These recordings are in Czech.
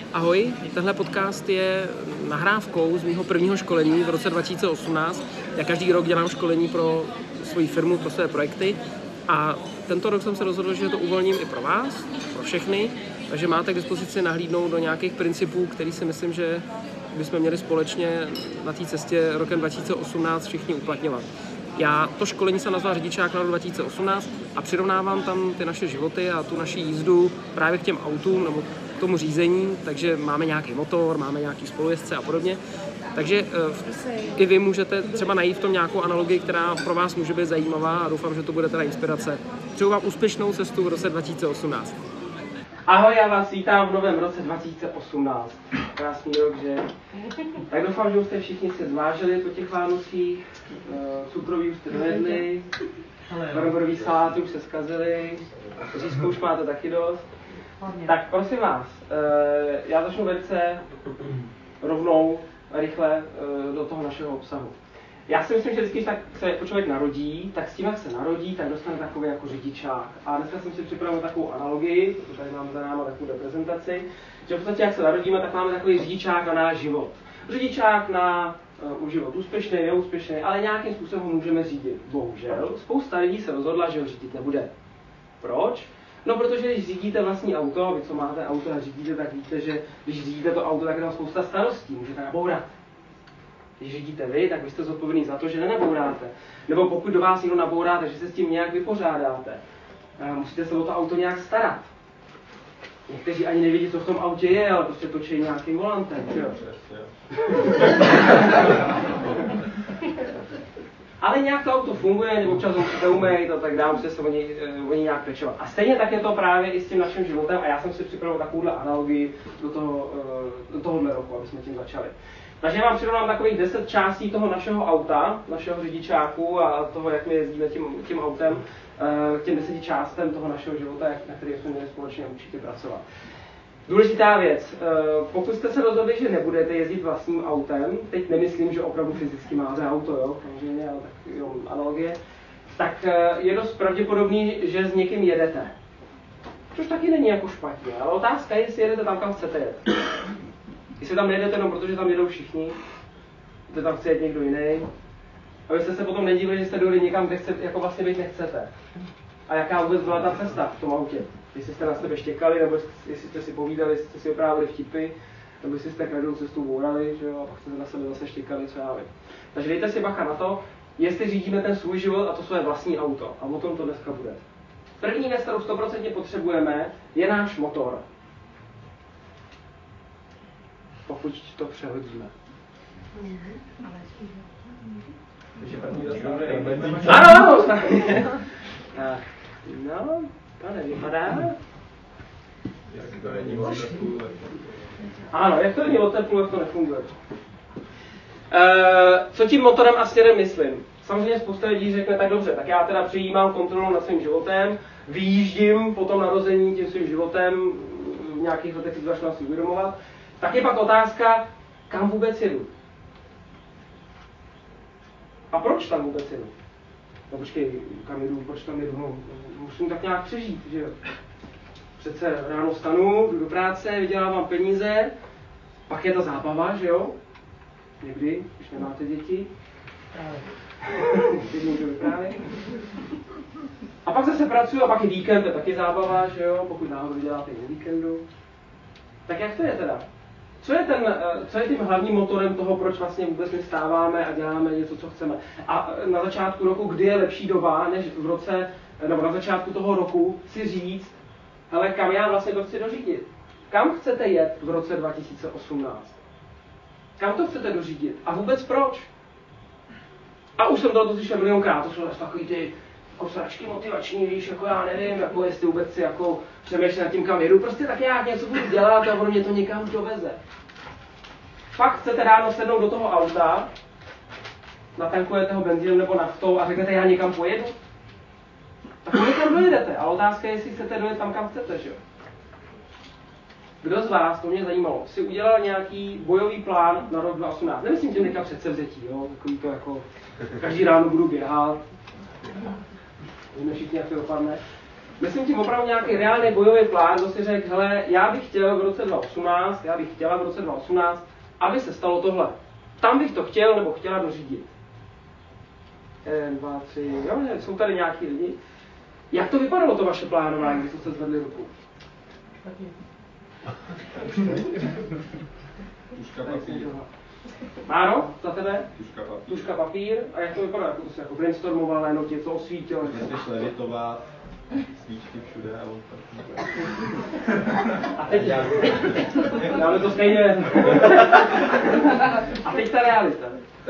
Ahoj, tenhle podcast je nahrávkou z mého prvního školení v roce 2018. Já každý rok dělám školení pro svoji firmu, pro své projekty a tento rok jsem se rozhodl, že to uvolním i pro vás, pro všechny, takže máte k dispozici nahlídnout do nějakých principů, který si myslím, že bychom měli společně na té cestě rokem 2018 všichni uplatňovat. Já to školení jsem nazval Řidičák na rok 2018 a přirovnávám tam ty naše životy a tu naši jízdu právě k těm autům nebo k tomu řízení, takže máme nějaký motor, máme nějaký spolujezdce a podobně. Takže i vy můžete třeba najít v tom nějakou analogii, která pro vás může být zajímavá a doufám, že to bude teda inspirace. Přeju vám úspěšnou cestu v roce 2018. Ahoj, já vás vítám v novém roce 2018. Krásný rok, že? Tak doufám, že už jste všichni se zvážili po těch Vánocích, cukroví už jste dojedli, bramborový saláty už se zkazili, řízku už máte taky dost. Tak prosím vás, já začnu velice rovnou a rychle do toho našeho obsahu. Já si myslím, že vždycky, tak se člověk narodí, tak s tím, jak se narodí, tak dostane takový jako řidičák. A dneska jsem si připravil takovou analogii, protože tady máme za náma takovou reprezentaci, že v podstatě, jak se narodíme, tak máme takový řidičák na náš život. Řidičák na život úspěšný, neúspěšný, ale nějakým způsobem ho můžeme řídit. Bohužel, spousta lidí se rozhodla, že ho řídit nebude. Proč? No, protože když řídíte vlastní auto, vy co máte auto a řídíte, tak víte, že když řídíte to auto, tak je tam spousta starostí, můžete nabourat. Když řídíte vy, tak vy jste zodpovědný za to, že nenabouráte. Nebo pokud do vás někdo nabourá, takže se s tím nějak vypořádáte. Musíte se o to auto nějak starat. Někteří ani nevědí, co v tom autě je, ale prostě točí nějakým volantem. Jo? Ale nějak to auto funguje, nebo občas ho musíte umýt a tak dále, musíte se o něj nějak pečovat. A stejně tak je to právě i s tím naším životem a já jsem si připravil takovouhle analogii do tohohle roku, aby jsme tím začali. Takže vám přirovnám takových 10 částí toho našeho auta, našeho řidičáku a toho, jak my jezdíme tím autem, k těm 10 částem toho našeho života, na kterých jsme měli společně určitě pracovat. Důležitá věc, pokud jste se rozhodli, že nebudete jezdit vlastním autem, teď nemyslím, že opravdu fyzicky máte auto, jo, samozřejmě, ale tak jo, analogie, tak je dost pravděpodobný, že s někým jedete. Což taky není jako špatně, ale otázka je, jestli jedete tam, kam chcete jet. Jestli tam nejedete jenom protože tam jedou všichni, že tam chce jet někdo jiný, abyste se potom nedívali, že jste dojeli někam, kde jako vlastně být nechcete. A jaká vůbec byla ta cesta v tom autě. Jestli jste na sebe štěkali, nebo jestli jste si povídali, jestli jste si oprávili vtipy, nebo jestli jste každou cestu bourali, že jo, a pak jste na sebe zase štěkali, co já vím. Takže dejte si bacha na to, jestli řídíme ten svůj život a to své vlastní auto. A o tom to dneska bude. První věc, kterou 100% potřebujeme, je náš motor. Pokud to přehodíme. Ano, no, to nevypadá. Ano, jak to není od teplu, jak to nefunguje. Co tím motorem a směrem myslím? Samozřejmě spousta lidí řekne, tak dobře, tak já teda přijímám kontrolu nad svým životem, vyjíždím po tom narození tím svým životem, v nějakých letech si to začnu asi uvědomovat. Tak je pak otázka, kam vůbec jedu? A proč tam vůbec jedu? No počkej, kam jedu, proč tam jedu? No, musím tak nějak přežít, že jo? Přece ráno vstanu, jdu do práce, vydělávám peníze, pak je to zábava, že jo? Někdy, když nemáte děti. A pak zase pracuji a pak je víkend, to je taky zábava, že jo? Pokud náhodou vyděláte o víkendu. Tak jak to je teda? Co je tím hlavním motorem toho, proč vlastně vůbec my stáváme a děláme něco, co chceme? A na začátku roku, kdy je lepší doba, než v roce, nebo na začátku toho roku si říct, hele, kam já vlastně to chci dořídit? Kam chcete jet v roce 2018? Kam to chcete dořídit? A vůbec proč? A už jsem to slyšel milionkrát, to jsou takový ty sračky motivační, víš, jako já nevím, jako jestli vůbec si jako přemýšlím nad tím, kam jedu, prostě tak já něco budu dělat a ono mě to někam doveze. Fakt chcete ráno sednout do toho auta, natankujete ho benzínem nebo naftou a řeknete, já někam pojedu? Tak někam dojedete, ale otázka je, jestli chcete dojet tam, kam chcete, že jo? Kdo z vás, to mě zajímalo, si udělal nějaký bojový plán na rok 2018? Nemyslím tím někam předsevzetí, jo? Takový to jako, každý ráno budu běhat. Víme všichni, jak to dopadne. Myslím tím opravdu nějaký reálný bojový plán, kdo si řekl, hele, já bych chtěl v roce 2018, aby se stalo tohle. Tam bych to chtěl nebo chtěla dořídit. 1, 2, 3, jo, jsou tady nějaký lidi. Jak to vypadalo to vaše plánování, když jste zvedli ruku? Tuška papír. Máro, za tebe? Tuška papír. Tuška papír. A jak to vypadalo? Jako to se jako brainstormoval, jenom tě to osvítil. Musíš levitovat, svíčky všude a on tak. A teď dáme to stejně. A teď ta realita.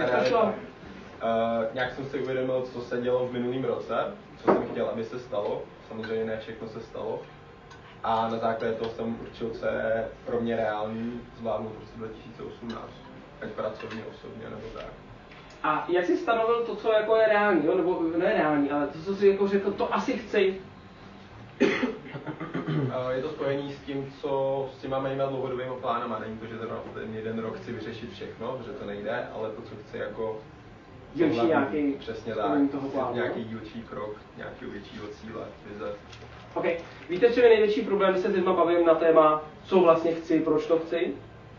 Nějak jsem si uvědomil, co se dělo v minulém roce, co jsem chtěl, aby se stalo. Samozřejmě ne všechno se stalo. A na základě toho jsem určil, co je pro mě reálný zvládnout v roce 2018. Ať pracovně, osobně nebo tak. A jak jsi stanovil to, co jako je reálný, jo? Nebo ne reálný, ale to, co jsi jako řekl, to asi chci. Je to spojení s tím, co s tím máme mýma dlouhodobými plánama. Není to, že zrovna ten jeden rok chci vyřešit všechno, že to nejde, ale to, co chci jako dílčí nějaký přesně tak, nějaký dílčí krok, nějakého většího cíle, vize. OK. Víte, co je největší problém, když se s lidma bavím na téma, co vlastně chci, proč to chci?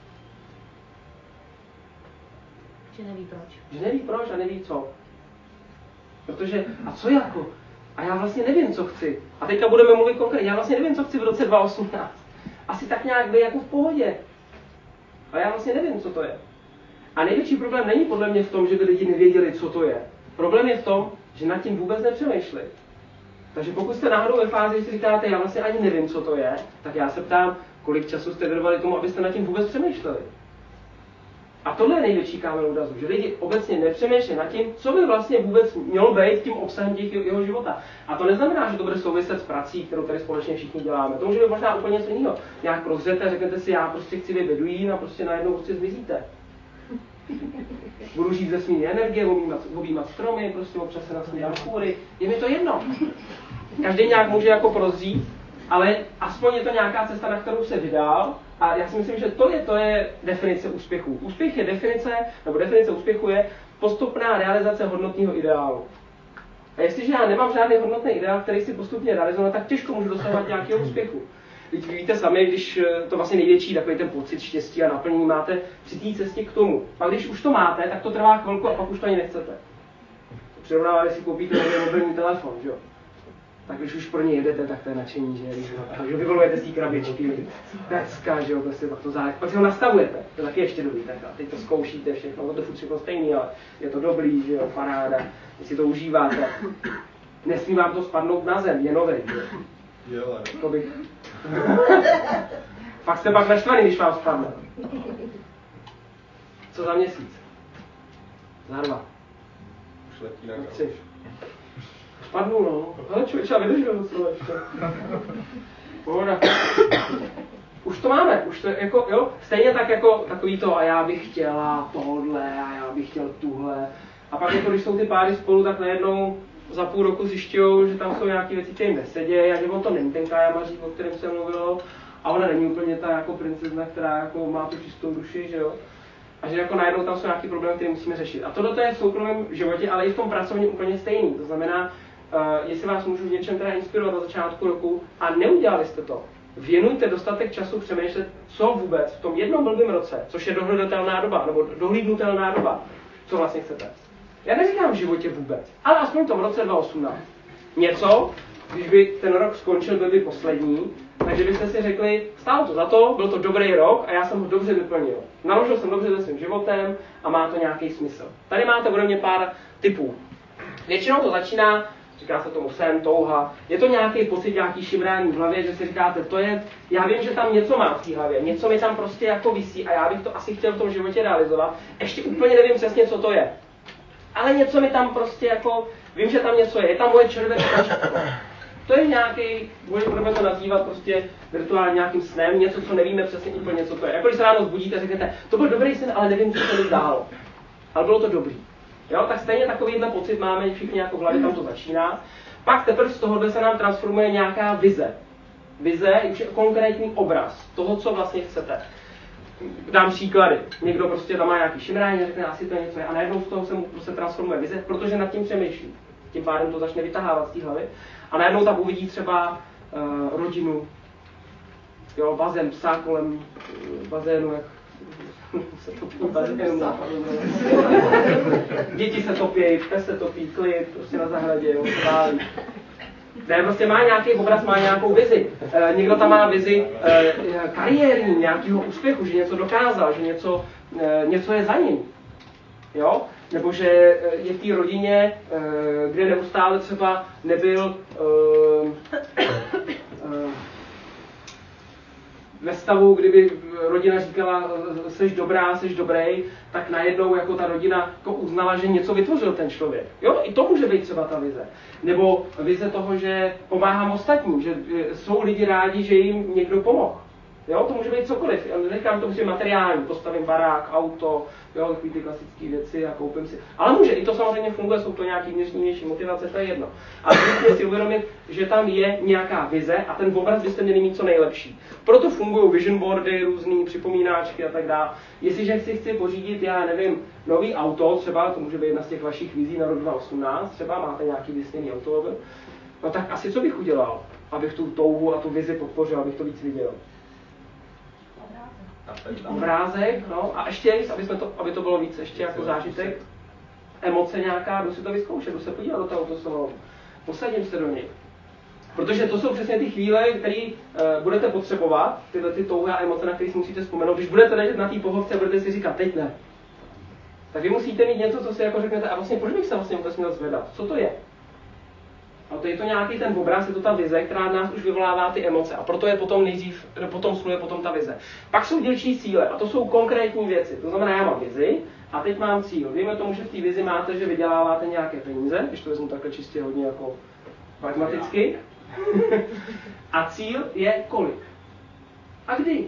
Že neví proč. Že neví proč a neví co. Protože, a co jako? A já vlastně nevím, co chci. A teďka budeme mluvit konkrétně. Já vlastně nevím, co chci v roce 2018. Asi tak nějak by jako v pohodě. Ale já vlastně nevím, co to je. A největší problém není podle mě v tom, že by lidi nevěděli, co to je. Problém je v tom, že nad tím vůbec nepřemýšleli. Takže pokud jste náhodou ve fázi, že si říkáte, já vlastně ani nevím, co to je, tak já se ptám, kolik času jste věnovali tomu, abyste nad tím vůbec přemýšleli. A tohle je největší kámen úrazu, že lidi obecně nepřemýšlí nad tím, co by vlastně vůbec mělo být tím obsahem těch jeho života. A to neznamená, že to bude souviset s prací, kterou tady společně všichni děláme. To může být možná úplně něco jiného. Nějak prozřete, řeknete si, já prostě chci být beduín a prostě najednou prostě zmizíte. Budu žít ze svými energie, objímat stromy, prostě občas se nasmějám kůry. Je mi to jedno. Každý nějak může jako prozřít, ale aspoň je to nějaká cesta, na kterou se vydal. A já si myslím, že to je definice úspěchu. Úspěch je definice úspěchu je postupná realizace hodnotného ideálu. A jestliže já nemám žádný hodnotný ideál, který si postupně realizuji, tak těžko můžu dosahovat nějakého úspěchu. Teď víte sami, když to vlastně největší takový ten pocit štěstí a naplnění máte při té cestě k tomu. A když už to máte, tak to trvá chvilku a pak už to ani nechcete. Přirovnáváte, si koupíte nový mobilní telefon, že jo? Tak když už pro ně jedete, tak to je nadšení, že vyvolujete z té krabičky, pecka, že jo, prostě pak to záleží. Pak si ho nastavujete, to je taky ještě dobrý, tak a teď to zkoušíte všechno, to furt všechno stejný, ale je to dobrý, že jo, paráda, vy si to užíváte. Nesmí vám to spadnout na zem, je nový, že jo. Jo, to bych... Fakt jste pak naštvaný, když vám spadne. Co za měsíc? Za 2. Už letí na Chceš. Spadnu, no. Ale člověče, já vydržím docela ještě. Pohoda. Už to máme, už to jako, jo, stejně tak jako takový to a já bych chtěla tohle a já bych chtěl tuhle. A pak jako když jsou ty páry spolu, tak najednou za půl roku zjišťují, že tam jsou nějaké věci, které jim nesedějí a že on to není ten Kájamařík, o kterém se mluvilo. A ona není úplně ta jako princezna, která jako má tu čistou duši, že jo. A že jako najednou tam jsou nějaké problémy, které musíme řešit. A tohle je v soukromém životě, ale i v tom pracovním úplně stejný. To znamená, jestli vás můžu v něčem teda inspirovat na začátku roku a neudělali jste to, věnujte dostatek času přemýšlet, co vůbec v tom jednom blbým roce, což je dohledatelná doba, nebo dohlídnutelná doba, co vlastně chcete. Já neříkám v životě vůbec, ale aspoň v tom roce 2018. Něco, když by ten rok skončil, byl by poslední, takže byste si řekli, stálo to za to, byl to dobrý rok a já jsem ho dobře vyplnil. Naložil jsem dobře se svým životem a má to nějaký smysl. Tady máte ode mě pár tipů. Většinou to začíná, říká se tomu sen, touha, je to nějaký pocit, nějaký šimrání v hlavě, že si říkáte, to je, já vím, že tam něco mám v té hlavě, něco mi tam prostě jako visí a já bych to asi chtěl v tom životě realizovat, ještě úplně nevím přesně, co to je. Ale něco mi tam prostě jako, vím, že tam něco je tam moje červené tlačítko. To je nějaký, budeme to nazývat prostě virtuálně nějakým snem, něco, co nevíme přesně úplně, co to je. Jako když se ráno zbudíte a řeknete, to byl dobrý sen, ale nevím, co se mi zdálo. Ale bylo to dobrý. Jo, tak stejně takovýhle pocit máme všichni jako v hlavě, tam to začíná. Pak teprve z tohohle se nám transformuje nějaká vize. Vize už je konkrétní obraz toho, co vlastně chcete. Dám příklady. Někdo prostě tam má nějaký šimrání, řekne, asi to je něco, a najednou z toho se mu prostě transformuje vize, protože nad tím přemýšlí. tím pádem to začne vytahávat z té hlavy. A najednou tam uvidí třeba rodinu, jo, bazén psa kolem bazénu, jak se topí bazénu. Děti se topí, pes se topí, klid, prostě na zahradě, jo, se válí. Ne, prostě má nějaký obraz, má nějakou vizi. Někdo tam má vizi kariérní, nějakého úspěchu, že něco dokázal, že něco je za ním. Jo? Nebo že je v té rodině, kde neustále třeba nebyl ve stavu, kdyby rodina říkala, seš dobrá, seš dobrý, tak najednou jako ta rodina jako uznala, že něco vytvořil ten člověk. Jo, i to může být třeba ta vize. Nebo vize toho, že pomáhám ostatním, že jsou lidi rádi, že jim někdo pomohl. Jo, to může být cokoliv. Já neříkám to musí materiální, postavím barák, auto, jo, takový ty klasické věci a koupím si. Ale může, i to samozřejmě funguje, jsou to nějaký vnitřnější motivace, to je jedno. Ale musíte si uvědomit, že tam je nějaká vize a ten obraz byste měli mít co nejlepší. Proto fungují vision boardy, různý připomínáčky a tak dále. Jestliže si chci pořídit, já nevím, nový auto, třeba, to může být jedna z těch vašich vizí na rok 2018, třeba máte nějaký vysněný automobil, no tak asi co bych udělal, abych tu touhu a tu vizi podpořil, abych to víc viděl. Obrázek, no, a ještě víc, aby to bylo víc, ještě jako zážitek, emoce nějaká, jdu si to vyzkoušet, jdu se podívat do toho autosalonu, posadím se do něj. Protože to jsou přesně ty chvíle, které budete potřebovat, tyhle ty touhy a emoce, na které si musíte vzpomenout. Když budete ležet na té pohovce a budete si říkat, teď ne, tak vy musíte mít něco, co si jako řeknete, a vlastně proč bych se vlastně vůbec měl zvedat, co to je? A to je to nějaký ten obraz, je to ta vize, která nás už vyvolává ty emoce. A proto je potom nejdřív, potom sluje potom ta vize. Pak jsou dílčí cíle a to jsou konkrétní věci. To znamená, já mám vizi a teď mám cíl. Dejme tomu, že v té vizi máte, že vyděláváte nějaké peníze, když to vezmu takhle čistě hodně jako pragmaticky. A cíl je kolik. A kdy.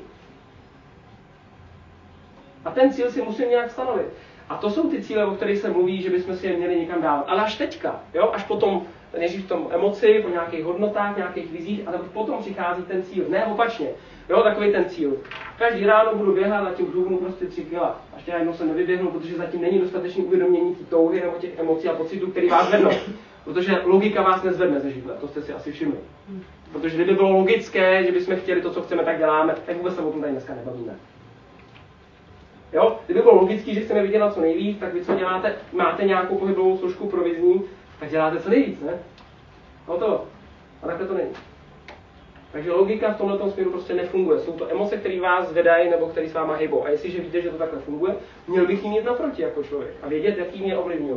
A ten cíl si musím nějak stanovit. A to jsou ty cíle, o kterých se mluví, že bychom si je měli někam dávat. Ale až teďka, jo, až potom, nejdřív v tom emoci, po nějakých hodnotách, nějakých vizích, a potom přichází ten cíl. Ne opačně. Jo, takový ten cíl. Každý ráno budu běhat, zatím dubnu prostě 3 kila. Až jednou se nevyběhnu, protože zatím není dostatečné uvědomění té touhy nebo těch emocí a pocitů, který vás vednou. Protože logika vás nezvedne ze židle, to jste si asi všimli. Protože kdyby bylo logické, že bychom chtěli to, co chceme, tak děláme, tak vůbec se o tom tady dneska nebavíme. Jo? Kdyby bylo logické, že chceme vydělat co nejvíc, tak vy co děláte, máte nějakou pohybovou složku provizní, tak děláte co nejvíc, ne? Hotovo. A takhle to není. Takže logika v tomto směru prostě nefunguje. Jsou to emoce, které vás zvedají nebo které s váma hejbou. A jestliže víte, že to takhle funguje, měl bych jim mít naproti jako člověk a vědět, jaký mě ovlivňují.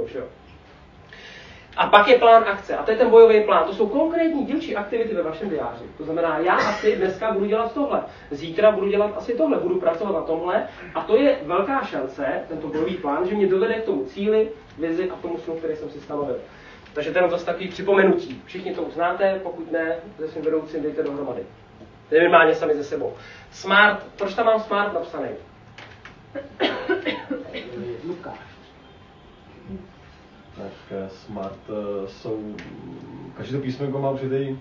A pak je plán akce. A to je ten bojový plán. To jsou konkrétní dílčí aktivity ve vašem diáři. To znamená, já asi dneska budu dělat tohle. Zítra budu dělat asi tohle. Budu pracovat na tomhle. A to je velká šance, tento bojový plán, že mě dovede k tomu cíli, vizi a tomu snu, který jsem si stanovil. Takže to je zase takový připomenutí. Všichni to uznáte, pokud ne, se svým vedoucím dejte dohromady. Minimálně sami ze sebou. Smart. Proč tam mám smart napsaný? Lukáš. Tak smart jsou... Každý to písmenko má určitý...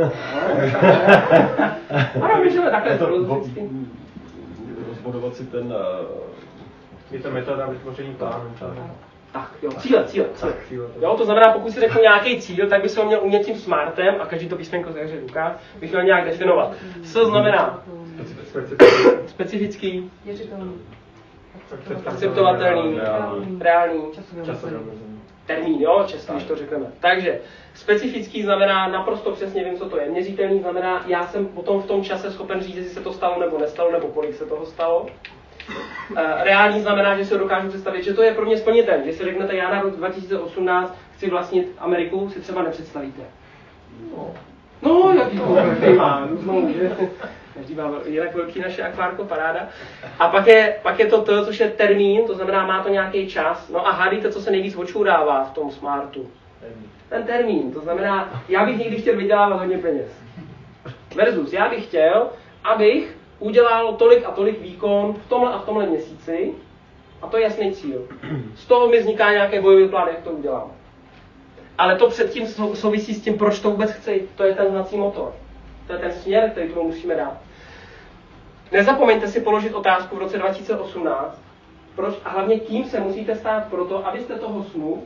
Ano, můžeme takhle rozbudovat si ten... Je to metoda vytvoření plánu. Tak, jo, cíle. Jo, to znamená, pokud si řeknu nějaký cíl, tak by se ho měl umět tím smartem, a každý to písmenko, takže Lukáš, bych měl nějak definovat. Co znamená? Specifický. Akceptovatelný. Reálný. Termín, jo, časový, když to řekneme. Takže specifický znamená, naprosto přesně vím, co to je. Měřitelný znamená, já jsem potom v tom čase schopen říct, jestli se to stalo nebo nestalo, nebo kolik se toho stalo. Reálný znamená, že si ho dokážu představit, že to je pro mě splnitelné. Že si řeknete, já na rok 2018 chci vlastnit Ameriku, si třeba nepředstavíte. No, jaký to má, znovu, že? Každý má jinak velký naše akvárko, paráda. A pak je to, což je termín, to znamená, má to nějaký čas. No a hádejte, co se nejvíc očurává v tom smartu. Ten termín, to znamená, já bych někdy chtěl vydělávat hodně peněz. Versus, já bych chtěl, abych udělal tolik a tolik výkon v tomhle a v tomhle měsíci, a to je jasný cíl. Z toho mi vzniká nějaký bojový plán, jak to udělám. Ale to předtím souvisí s tím, proč to vůbec chci. To je ten hnací motor. To je ten směr, který tomu musíme dát. Nezapomeňte si položit otázku v roce 2018, proč a hlavně kým se musíte stát proto, abyste toho snu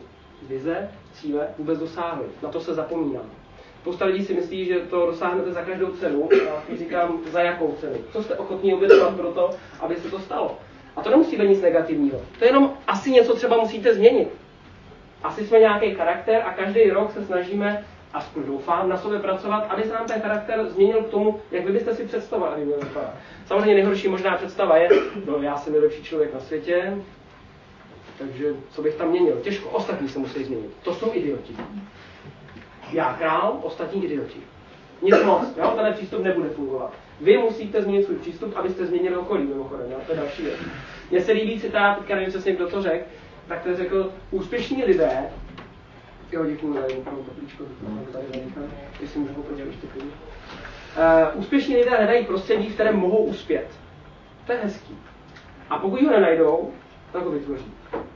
vize, cíle vůbec dosáhli. Na to se zapomíná. Spousta lidí si myslí, že to dosáhnete za každou cenu. Já spíš říkám, za jakou cenu. Co jste ochotní obětovat pro to, aby se to stalo. A to nemusí být nic negativního. To je jenom asi něco třeba musíte změnit. Asi jsme nějaký charakter a každý rok se snažíme, aspoň doufám, na sobě pracovat, aby se nám ten charakter změnil k tomu, jak vy byste si představovali, aby měl vypadat. Samozřejmě nejhorší možná představa je, no já jsem nejlepší člověk na světě, takže co bych tam měnil? Těžko, ostatní se musí změnit. To jsou idioti. Já král, ostatní idioti. Nic moc, jo? Tenhle přístup nebude fungovat. Vy musíte změnit svůj přístup, abyste změnili okolí, mimochodem, jo? To je další věc. Mně se líbí citát, teďka nevím přesně, kdo to řekl, tak to řekl, úspěšní lidé, jo, děkuju, tady opravdu kaplíčko, tady zanechám, jestli můžu poprvé ještě klidně. Úspěšní lidé hledají prostředí, v kterém mohou uspět. To je hezký. A pokud ho nenajdou, tak ho vytvoří.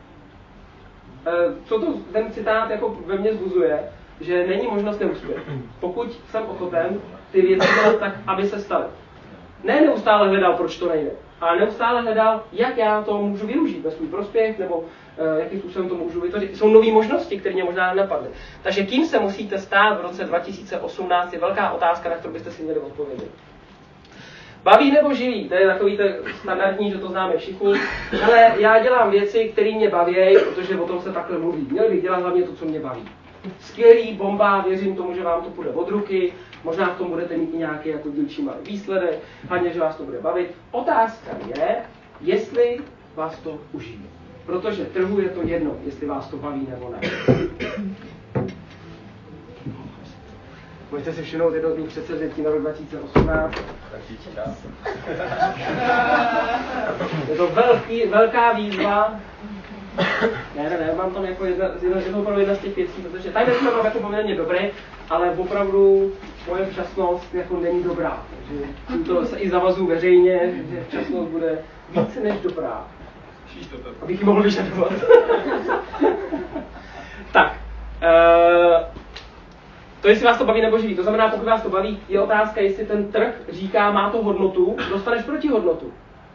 Co to ten citát jako ve mně zbuzuje, že není možnost neuspět. Pokud jsem ochoten ty věci dělat tak, aby se staly. Ne neustále hledal, proč to nejde, ale neustále hledal, jak já to můžu využít ve svůj prospěch, nebo jakým způsobem to můžu vytvořit. Jsou nové možnosti, které mě možná nenapadly. Takže kým se musíte stát v roce 2018 je velká otázka, na kterou byste si měli odpovědět. Baví nebo živí? To je takový standardní, že to známe všichni. Ale já dělám věci, které mě baví, protože o tom se takhle mluví. Měl bych dělat hlavně to, co mě baví. Skvělý, bomba, věřím tomu, že vám to půjde od ruky, možná v tom budete mít i nějaký jako dílčí malý výsledek, hlavně, že vás to bude bavit. Otázka je, jestli vás to uživí. Protože trhu je to jedno, jestli vás to baví nebo ne. Můžete si všimnout jedno z mých předsevzetí na rok 2018. Je to velká výzva. Ne, mám tam jako jedna z těch věcí, protože tady jsme jako poměrně dobrý, ale opravdu moje včasnost jako není dobrá. Takže tímto se i zavazuju veřejně, že včasnost bude více než dobrá. Abych ji mohl vyžadovat. Tak. To jestli vás to baví nebo živí. To znamená, pokud vás to baví, je otázka, jestli ten trh říká, má to hodnotu, dostaneš protihodnotu.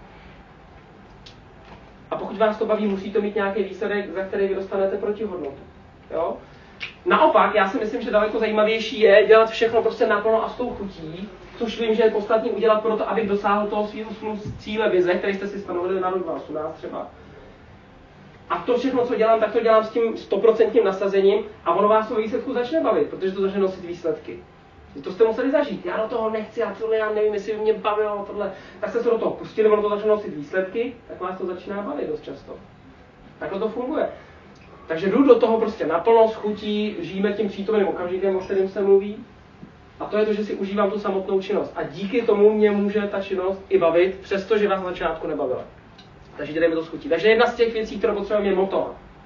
A pokud vás to baví, musí to mít nějaký výsledek, za který vy dostanete protihodnotu. Jo? Naopak, já si myslím, že daleko zajímavější je dělat všechno prostě naplno a s tou chutí, což vím, že je podstatně udělat pro to, abych dosáhl toho svého cíle vize, který jste si stanovili na rok 2018 třeba. A to všechno, co dělám, tak to dělám s tím 100% nasazením a ono vás to ve výsledku začne bavit, protože to začne nosit výsledky. To jste museli zažít. Já do toho nechci, a tohle já nevím, jestli mě bavilo tohle. Tak jste se do toho pustili, ono to začne nosit výsledky, tak vás to začíná bavit dost často. Takhle to funguje. Takže jdu do toho prostě naplno, s chutí, žijeme tím přítomným okamžikem, o kterém se mluví. A to je to, že si užívám tu samotnou činnost. A díky tomu mě může ta činnost i bavit, přestože vás na začátku nebavila. Takže dělejme to s chutí. Takže jedna z těch věcí, kterou potřebujeme, je motor.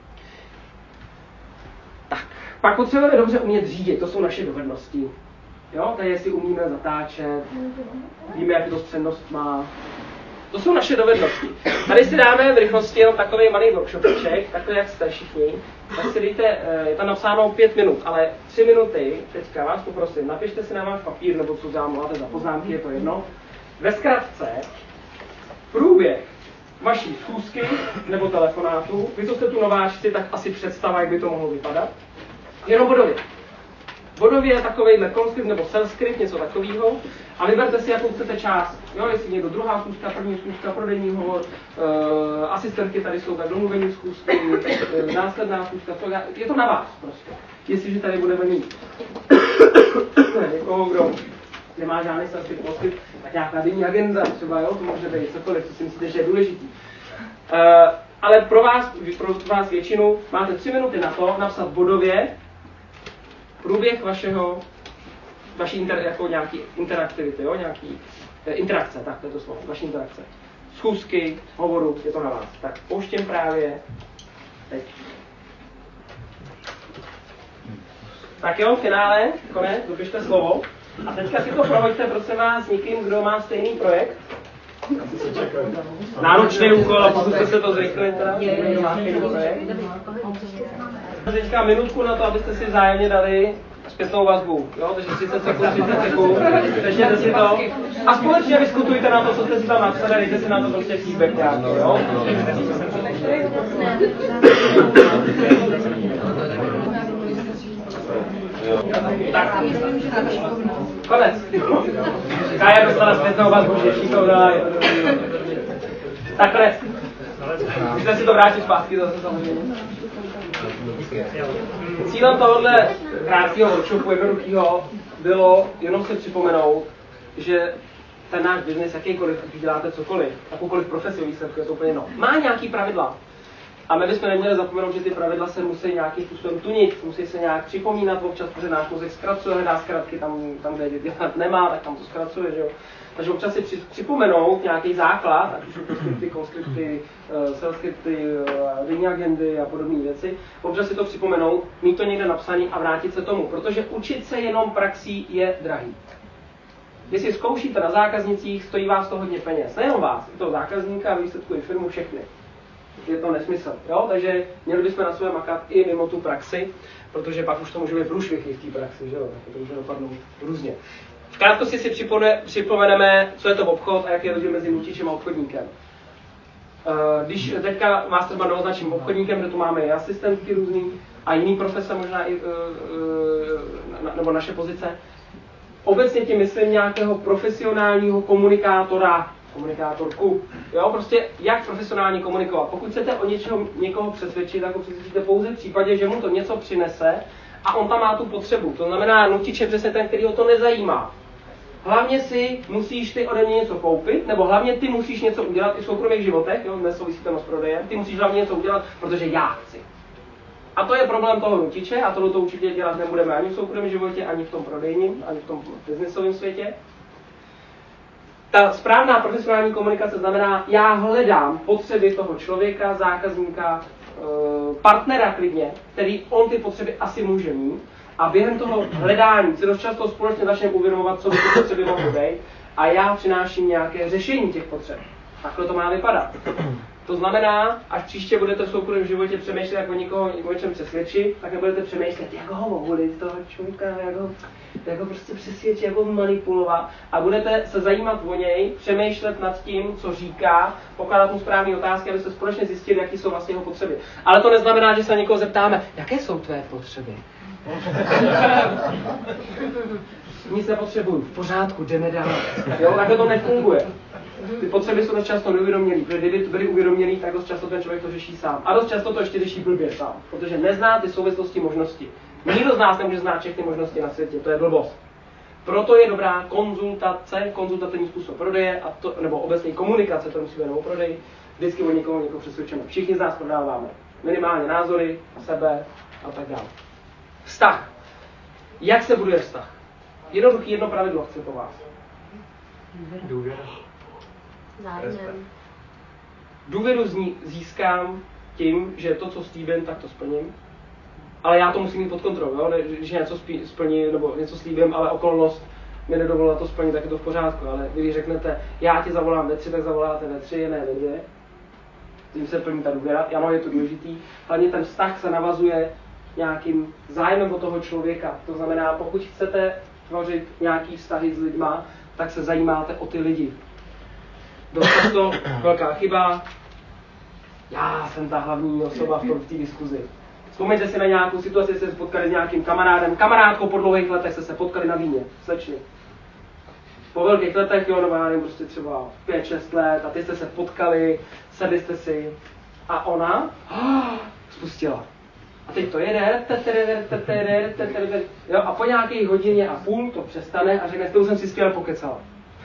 Tak, pak potřebujeme dobře umět řídit, to jsou naše dovednosti. Jo, tady jestli umíme zatáčet, víme, jaký to střednost má. To jsou naše dovednosti. Tady si dáme v rychlosti jenom takový malý workshopček, takhle jak jste všichni. Tak si dejte, je tam napsáno 5 minut, ale 3 minuty, teďka vás poprosím, napište si na váš papír, nebo co máte za poznámky, je to jedno. Ve zkratce, průběh vaší schůzky nebo telefonátu, vy co jste tu nováčci, tak asi představa, jak by to mohlo vypadat. Jenom bodově. Bodově je takovejhle conscript nebo self-script, něco takového. A vyberte si, jakou chcete část. Jo, jestli někdo druhá schůzka, první schůzka, prodejní hovor, asistentky tady jsou tak domluvení schůzky, následná schůzka, je to na vás prostě. Jestliže tady budeme mít někoho, kdo nemá žádný self-script, tak nějaká denní agenda třeba, jo, to může být cokoliv, co si myslíte, že je důležitý. Ale pro vás většinu máte 3 minuty na to napsat bodově průběh vaší jako nějaký interaktivity, jo? Nějaký interakce, tak to je to slovo, vaší interakce. Schůzky, hovoru, je to na vás. Tak pouštím právě teď. Tak jo, finále, konec, dopište slovo. A teďka si to prohoďte, prosím vás, s někým, kdo má stejný projekt. Náročný úkol, a pokuste se to zrychlit teda. Teďka minutku na to, abyste si vzájemně dali zpětnou vazbu, jo, takže 30 sekund, přečtěte si to a společně diskutujte na to, co jste si tam napsali, dejte si na to prostě feedback nějaký, jo. Tak, konec. Kája dostala zpětnou vazbu, že šikovná. Tak konec. Můžete si to vrátit zpátky zase samozřejmě. Cílem tohohle krátkého workshopu jednoduchého bylo jenom si připomenout, že ten náš biznis, jakýkoliv, když děláte cokoliv, jakoukoliv profesi výsledku, je to úplně jedno, má nějaký pravidla. A my bychom neměli zapomenout, že ty pravidla se musí nějakým způsobem tunit, musí se nějak připomínat občas, protože náš mozek zkracuje, hledá zkratky tam, kde dělat nemá, tak tam to zkracuje, že jo. Takže občas si připomenout nějaký základ, ať už poskripty, konskripty, subskripty, denní agendy a podobné věci, občas si to připomenout, mít to někde napsané a vrátit se tomu, protože učit se jenom praxí je drahý. Když si zkoušíte na zákaznicích, stojí vás to hodně peněz. Nejenom vás, i toho zákazníka, výsledku i firmu, všechny. Je to nesmysl, jo? Takže měli bychom na sebe makat i mimo tu praxi, protože pak už to může být průšvihy v té praxi, že jo? Tak to může dopadnout různě. V krátkosti si připomeneme, co je to obchod a jaký je rozdíl mezi nutičem a obchodníkem. Když teďka Mastermind označím obchodníkem, že tu máme i asistentky různý a jiný profese, možná i nebo naše pozice, obecně tím myslím nějakého profesionálního komunikátorku. Jo, prostě jak profesionálně komunikovat. Pokud chcete o někoho přesvědčit, tak ho přesvědčíte pouze v případě, že mu to něco přinese a on tam má tu potřebu. To znamená, nutič je přesně ten, který ho to nezajímá. Hlavně si musíš ty ode mě něco koupit, nebo hlavně ty musíš něco udělat i v soukromých životech, jo, nesouvisí to s prodejem, ty musíš hlavně něco udělat, protože já chci. A to je problém toho nutiče a tohle to určitě dělat nebudeme ani v soukromém životě, ani v tom prodejním, ani v tom biznisovém světě. Ta správná profesionální komunikace znamená, já hledám potřeby toho člověka, zákazníka, partnera klidně, který on ty potřeby asi může mít. A během toho hledání si dost často společně začneme uvědomovat, co by ty potřeby mohly být. A já přináším nějaké řešení těch potřeb. Takhle to má vypadat. To znamená, až příště budete v soukromém životě přemýšlet, jak o něčem přesvědčit, tak nebudete přemýšlet, jak ho volit, toho člověka, jak ho prostě přesvědčit, jak ho manipulovat. A budete se zajímat o něj, přemýšlet nad tím, co říká, pokládat mu správné otázky, abyste společně zjistili, jaké jsou vlastně jeho potřeby. Ale to neznamená, že se někoho zeptáme, jaké jsou tvé potřeby. Nic nepotřebuju, v pořádku, jdeme dál. Jo, takhle to nefunguje. Ty potřeby jsou dost často neuvědomělý, protože kdyby byly uvědomělý, tak dost často ten člověk to řeší sám. A dost často to ještě řeší blbě sám, protože nezná ty souvislosti možnosti. Nikdo z nás nemůže znát všechny možnosti na světě, to je blbost. Proto je dobrá konzultace, konzultativní způsob prodeje, a to, nebo obecně komunikace, to musí být o prodeji, vždycky o někoho přesvědčíme. Všichni z nás prodáváme. Minimálně názory, sebe a tak dále. Vztah. Jak se buduje vztah? Jednoduchý jedno pravidlo chci po vás. Důvěra. Zájem. Důvěru získám tím, že to, co slíbím, tak to splním. Ale já to musím mít pod kontrolou, jo? Když něco splním nebo něco slíbím, ale okolnost mi nedovolila to splnit, tak je to v pořádku. Ale když řeknete, já ti zavolám ve 3, tak zavoláte ve 3, ne ve 2. Tím se plní ta důvěra. Ano, je to důležitý. Hlavně ten vztah se navazuje nějakým zájmem o toho člověka. To znamená, pokud chcete tvořit nějaký vztahy s lidma, tak se zajímáte o ty lidi. Dost často velká chyba, já jsem ta hlavní osoba v té diskuzi. Vzpomeňte si na nějakou situaci, že jste se potkali s nějakým kamarádem, kamarádkou po dlouhých letech jste se potkali na víně, slečny. Po velkých letech, jo, nebo já nevím, prostě třeba 5-6 let a ty jste se potkali, sedli jste si a ona spustila. A teď to jede, jo, a po nějaké hodině a půl to přestane a řekne, to jsem si skvěle pokecala.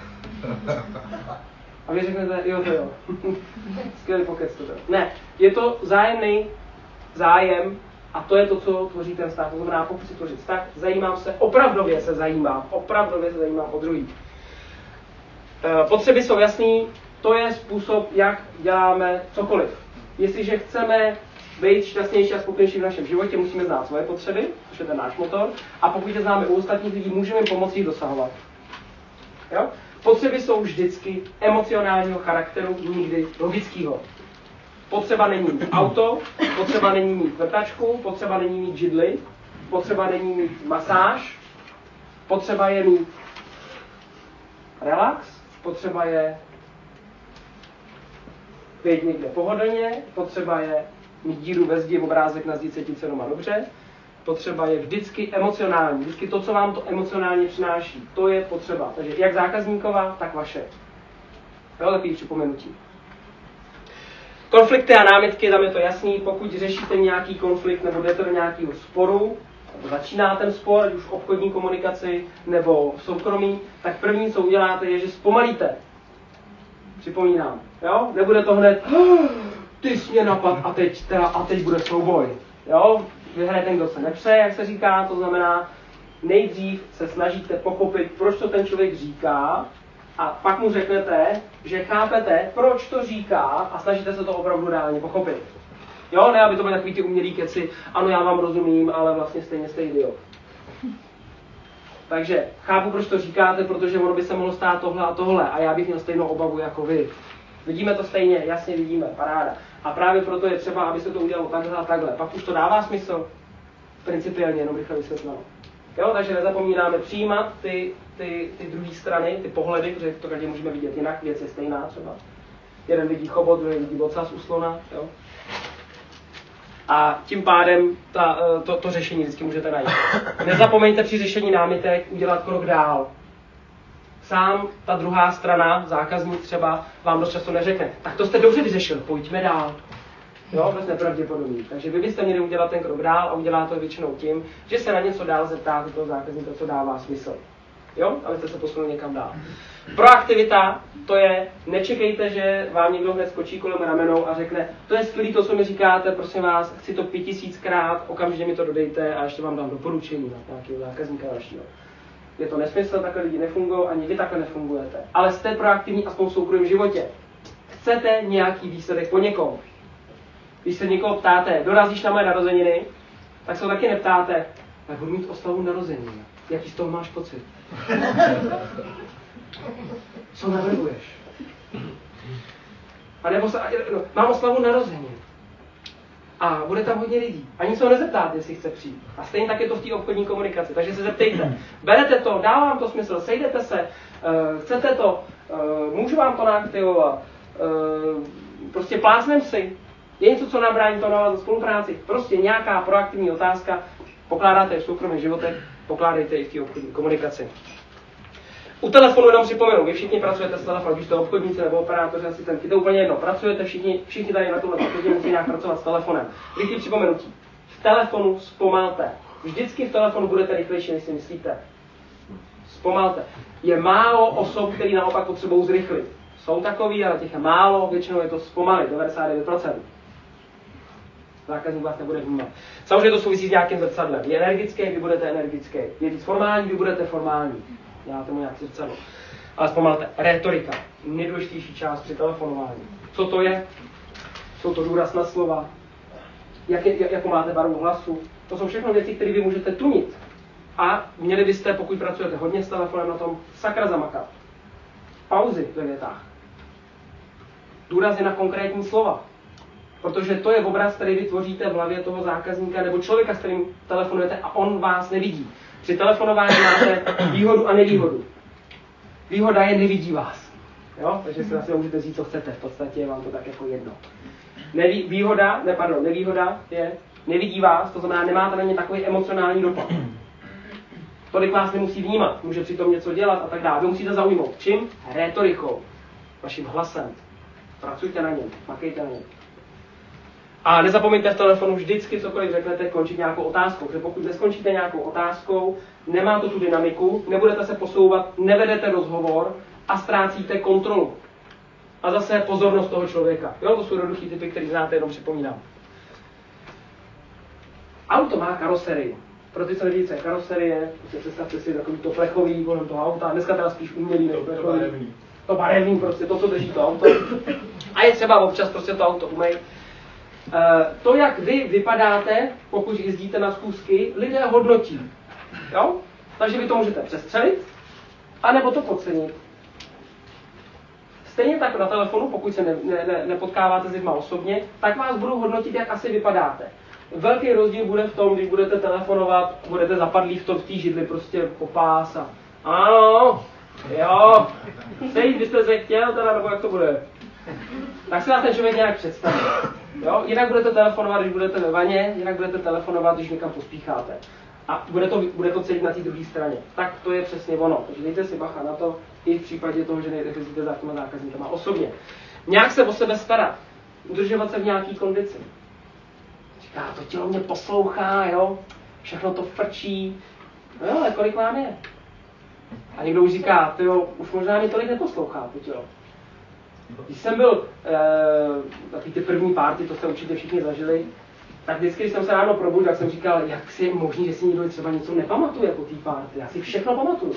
A vy řeknete, jo, to jo. Skvělý pokec to bylo. Ne, je to vzájemný zájem a to je to, co tvoří ten vztah. To znamená, pokud si tvořit vztah, opravdově se zajímám o druhý. Potřeby jsou jasný, to je způsob, jak děláme cokoliv. Jestliže chceme být šťastnější a spokojenější v našem životě, musíme znát svoje potřeby, což je ten náš motor, a pokud je známe u ostatních lidí, můžeme jim pomoci jich dosahovat. Jo? Potřeby jsou vždycky emocionálního charakteru, nikdy logického. Potřeba není mít auto, potřeba není mít vrtačku, potřeba není mít židli, potřeba není mít masáž, potřeba je mít relax, potřeba je být někde pohodlně, potřeba je mít díru ve zdi, obrázek na zdi, cítit se doma dobře, potřeba je vždycky emocionální, vždycky to, co vám to emocionálně přináší, to je potřeba. Takže jak zákazníková, tak vaše. Jo, takový připomenutí. Konflikty a námitky, tam je to jasný, pokud řešíte nějaký konflikt nebo jdete do nějakého sporu, nebo začíná ten spor, ať už v obchodní komunikaci nebo v soukromí, tak první, co uděláte, je, že zpomalíte. Připomínám, jo? Nebude to hned, ty jsi mě napad a teď bude souboj. Jo? Vyhraje ten, kdo se nepřeje, jak se říká, to znamená, nejdřív se snažíte pochopit, proč to ten člověk říká, a pak mu řeknete, že chápete, proč to říká a snažíte se to opravdu reálně pochopit. Jo, ne, aby to byly takový ty umělý keci, ano, já vám rozumím, ale vlastně stejně jste idiot. Takže chápu, proč to říkáte, protože ono by se mohlo stát tohle a tohle a já bych měl stejnou obavu jako vy. Vidíme to stejně, jasně vidíme, paráda. A právě proto je třeba, aby se to udělalo takhle a takhle. Pak už to dává smysl, principiálně, jenom rychle vysvětleno. Jo, takže nezapomínáme přijímat ty druhé strany, ty pohledy, protože to každý můžeme vidět jinak, věc je stejná třeba. Jeden vidí chobot, druhý vidí ocas u slona. Jo. A tím pádem to řešení vždycky můžete najít. Nezapomeňte při řešení námitek udělat krok dál. Sám ta druhá strana, zákazník třeba, vám dost často neřekne, tak to jste dobře vyřešil, pojďme dál. Jo, dost nepravděpodobný. Takže vy byste měli udělat ten krok dál a udělat to většinou tím, že se na něco dál zeptáte toho zákazníka, co dává smysl. Jo, abyste se posunuli někam dál. Proaktivita, to je, nečekejte, že vám někdo hned skočí kolem ramenou a řekne, to je skvělý to, co mi říkáte, prosím vás, chci to 5000krát, okamžitě mi to dodejte a ještě vám dám doporučení na nějakého zákazníka dalšího. Je to nesmysl, takhle lidi nefungují, ani vy takhle nefungujete. Ale jste proaktivní aspoň v soukromém životě. Chcete nějaký výsledek po někom. Když se někoho ptáte, dorazíš na moje narozeniny, tak se ho taky neptáte, tak budu mít oslavu narozenin. Jaký z toho máš pocit? Co navrhuješ? A nebo mám oslavu narozenin. A bude tam hodně lidí. Ani se ho nezeptáte, jestli chce přijít. A stejně tak je to v té obchodní komunikaci. Takže se zeptejte. Berete to, dává vám to smysl, sejdete se, chcete to, můžu vám to naaktivovat, prostě plácnem si. Je něco, co nám brání to navázat spolupráci. Prostě nějaká proaktivní otázka, pokládáte je v soukromých životech, pokládejte i v té obchodní komunikaci. U telefonu jenom připomenu, vy všichni pracujete s telefonem, když jste obchodníci nebo operátoři, asistentky, to je úplně jedno. Pracujete všichni tady na tomhle paketě musí nějak pracovat s telefonem. Rychlý připomenutí. V telefonu zpomalte. Vždycky v telefonu budete rychlejší, než si myslíte. Zpomalte. Je málo osob, který naopak potřebují zrychlit. Jsou takový, ale těch je málo, většinou je to zpomalit, 99%. Zákazník vás nebude vnímat. Samozřejmě to souvisí s nějakým zrcadlem. Je energický, vy budete energický. Je víc formální, vy budete formální. Děláte mu nějak zrcadlo. Ale zpomalte, rétorika. Nejdůležitější část při telefonování. Co to je? Jsou to důraz na slova. Jakou máte barvu hlasu? To jsou všechno věci, které vy můžete tunit. A měli byste, pokud pracujete hodně s telefonem, na tom sakra zamakat. Pauzy ve větách. Důrazy na konkrétní slova. Protože to je obraz, který vytvoříte v hlavě toho zákazníka nebo člověka, s kterým telefonujete a on vás nevidí. Při telefonování máte výhodu a nevýhodu. Výhoda je nevidí vás. Jo? Takže si vlastně můžete říct, co chcete. V podstatě je vám to tak jako jedno. Nevýhoda je nevidí vás, to znamená, nemáte na ně takový emocionální dopad. Tolik vás nemusí vnímat, může přitom něco dělat a tak dále. Vy musíte zaujmout. Čím? Rétorikou. Vaším hlasem. Pracujte na něm, makejte na něm. A nezapomeňte v telefonu vždycky, cokoliv řeknete, končit nějakou otázkou. Protože pokud neskončíte nějakou otázkou, nemá to tu dynamiku, nebudete se posouvat, nevedete rozhovor a ztrácíte kontrolu. A zase pozornost toho člověka. Jo, to jsou jednoduchý typy, které znáte, jenom připomínám. Auto má karoserii. Pro ty, co neví, co je karoserie, představte si takový to plechový kolem toho auta, dneska teda spíš umělý než plechový. To barevný, prostě to, co drží to auto. A je třeba občas prostě to auto umej. To, jak vy vypadáte, pokud jezdíte na schůzky, lidé hodnotí. Jo? Takže vy to můžete přestřelit, anebo to podcenit. Stejně tak na telefonu, pokud se nepotkáváte s lidma osobně, tak vás budou hodnotit, jak asi vypadáte. velký rozdíl bude v tom, když budete telefonovat, budete zapadlí v té židli prostě po pás a ano, jo, sejít byste se chtěl, teda, nebo jak to bude. Tak se vás ten člověk nějak představí. Jo? Jinak budete telefonovat, když budete ve vaně, jinak budete telefonovat, když někam pospícháte. A bude to celý na té druhé straně. Tak to je přesně ono. Takže dejte si bacha na to, i v případě toho, že nejezdíte za těma zákazníkama osobně. Nějak se o sebe starat. Udržovat se v nějaký kondici. Říká, to tělo mě poslouchá, jo? Všechno to frčí. No jo, ale kolik vám je? A někdo už říká, tyjo, už možná mě tolik neposlouchá to tělo. Když jsem byl na ty první party, to jste určitě všichni zažili, tak vždycky, když jsem se ráno probudil, tak jsem říkal, jak si je možný, že si někdo třeba něco nepamatuje po té party. Já si všechno pamatuju.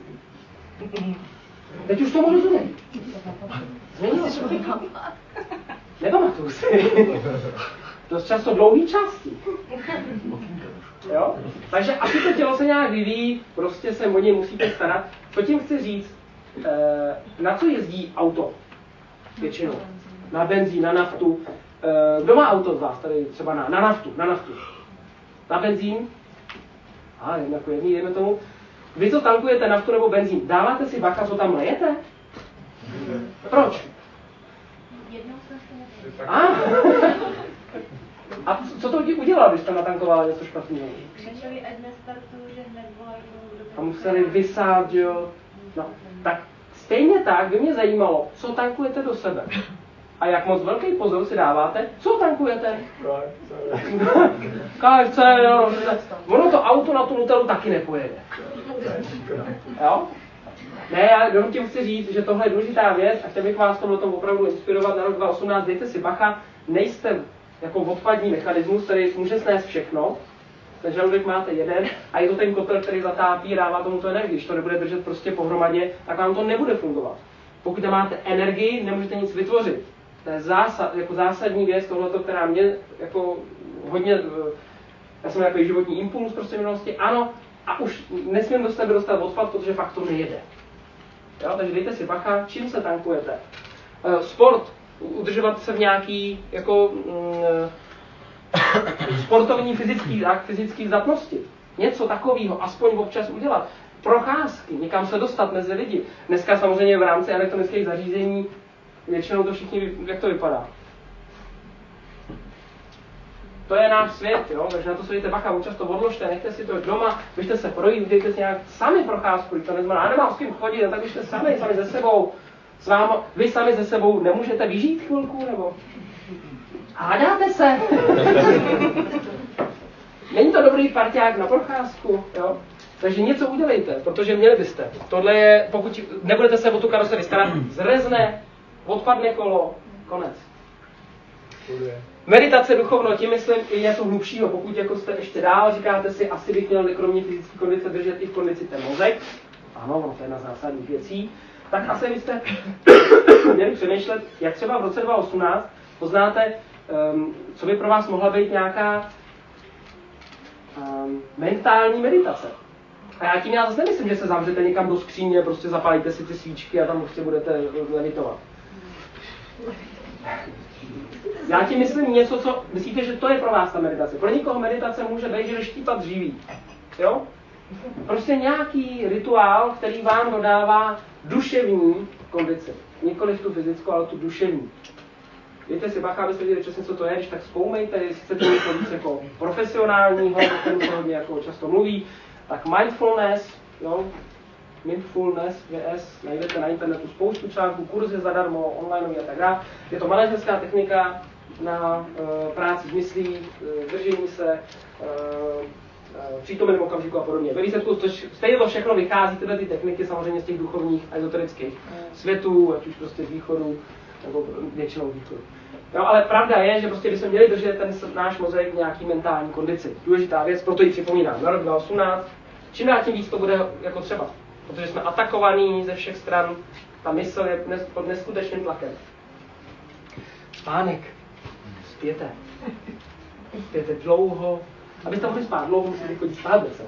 Teď už tomu rozumím. Změnilo se. Nepamatuju si. Dost často dlouhý části. Jo? Takže asi to tělo se nějak vyvíjí, prostě se o něj musíte starat. Co tím chci říct? Na co jezdí auto? Většinou. Na benzín, na naftu. Kdo má auto z vás tady třeba na naftu? Na benzín? A jen jako jedný, jdeme tomu. Vy, co tankujete naftu nebo benzín, dáváte si bacha, co tam lejete? Proč? A co to udělalo, když tam natankovala něco špatného? A museli vysát, jo? No, tak stejně tak by mě zajímalo, co tankujete do sebe. A jak moc velký pozor si dáváte, co tankujete? KFC, jo. Ono to auto na tu Nutellu taky nepojede. Jo? Ne, já jenom tím chci říct, že tohle je důležitá věc a chtěl bych vás tomu tom opravdu inspirovat na rok 2018. Dejte si bacha, nejste jako odpadní mechanismus, který může snést všechno. Ten žaludek máte jeden a je to ten kotel, který zatápí, dává tomu to energii. Když to nebude držet prostě pohromadě, tak vám to nebude fungovat. Pokud nemáte energii, nemůžete nic vytvořit. To je zásadní věc, tohleto, která mě jako hodně, já jsem nějaký životní impuls prostě v minulosti, ano, a už nesmím do sebe dostat odpad, protože fakt to nejede. Jo, takže dejte si bacha, čím se tankujete. Sport, udržovat se v nějaký jako sportovní fyzický zdatnosti. Něco takového, aspoň občas udělat. Procházky, někam se dostat mezi lidi. Dneska samozřejmě v rámci elektronických zařízení většinou to všichni, jak to vypadá. To je náš svět, jo? Takže na to se dejte bacha, občas to odložte, nechte si to doma, běžte se projít, dejte si nějak sami procházku, to neznamená, já nemám s kým chodit, tak běžte sami ze sebou. Vy sami ze sebou nemůžete vyžít chvilku, nebo hádáte se. Není to dobrý parťák na procházku, jo? Takže něco udělejte, protože měli byste. Tohle je, pokud nebudete se o tu karoserii starat, zrezne, odpadne kolo, konec. Meditace duchovno, tím myslím i něco hlubšího. Pokud jako jste ještě dál, říkáte si, asi bych měl kromě fyzické kondice držet i v kondici ten mozek. Ano, ono to je jedna z zásadních věcí. Tak asi byste měli přemýšlet, jak třeba v roce 2018 poznáte, co by pro vás mohla být nějaká mentální meditace. A já tím zase nemyslím, že se zavřete někam do skříně, prostě zapálíte si ty svíčky a tam prostě budete meditovat. Já tím myslím něco, co myslíte, že to je pro vás ta meditace. Pro někoho meditace může být, že štípat dříví. Jo? Prostě nějaký rituál, který vám dodává duševní kondici. Nikoliv tu fyzickou, ale tu duševní. Dejte si bacha, abyste věděli přesně, co to je, když tak zkoumejte, jestli chcete něco víc jako profesionálního, o kterém se hodně jako často mluví, tak mindfulness, jo, mindfulness, VS, najdete na internetu spoustu článků, kurzy zadarmo, online a tak dále. Je to manažerská technika na práci s myslí, držení se, přítomném okamžiku a podobně. Ve výsledku stejně to všechno vychází, tyhle ty techniky samozřejmě z těch duchovních a ezoterických světů, ať už prostě z východu, nebo většinou východu. No, ale pravda je, že prostě bychom měli držet ten náš mozek v nějaký mentální kondici. Důležitá věc, proto ji připomínám. Na rok 2018, čím dál tím víc to bude jako třeba. Protože jsme atakovaní ze všech stran, ta mysl je pod neskutečným tlakem. Spánek. Spěte. Spěte dlouho. Abyste mohli spát dlouho, musíte chodit spát bez.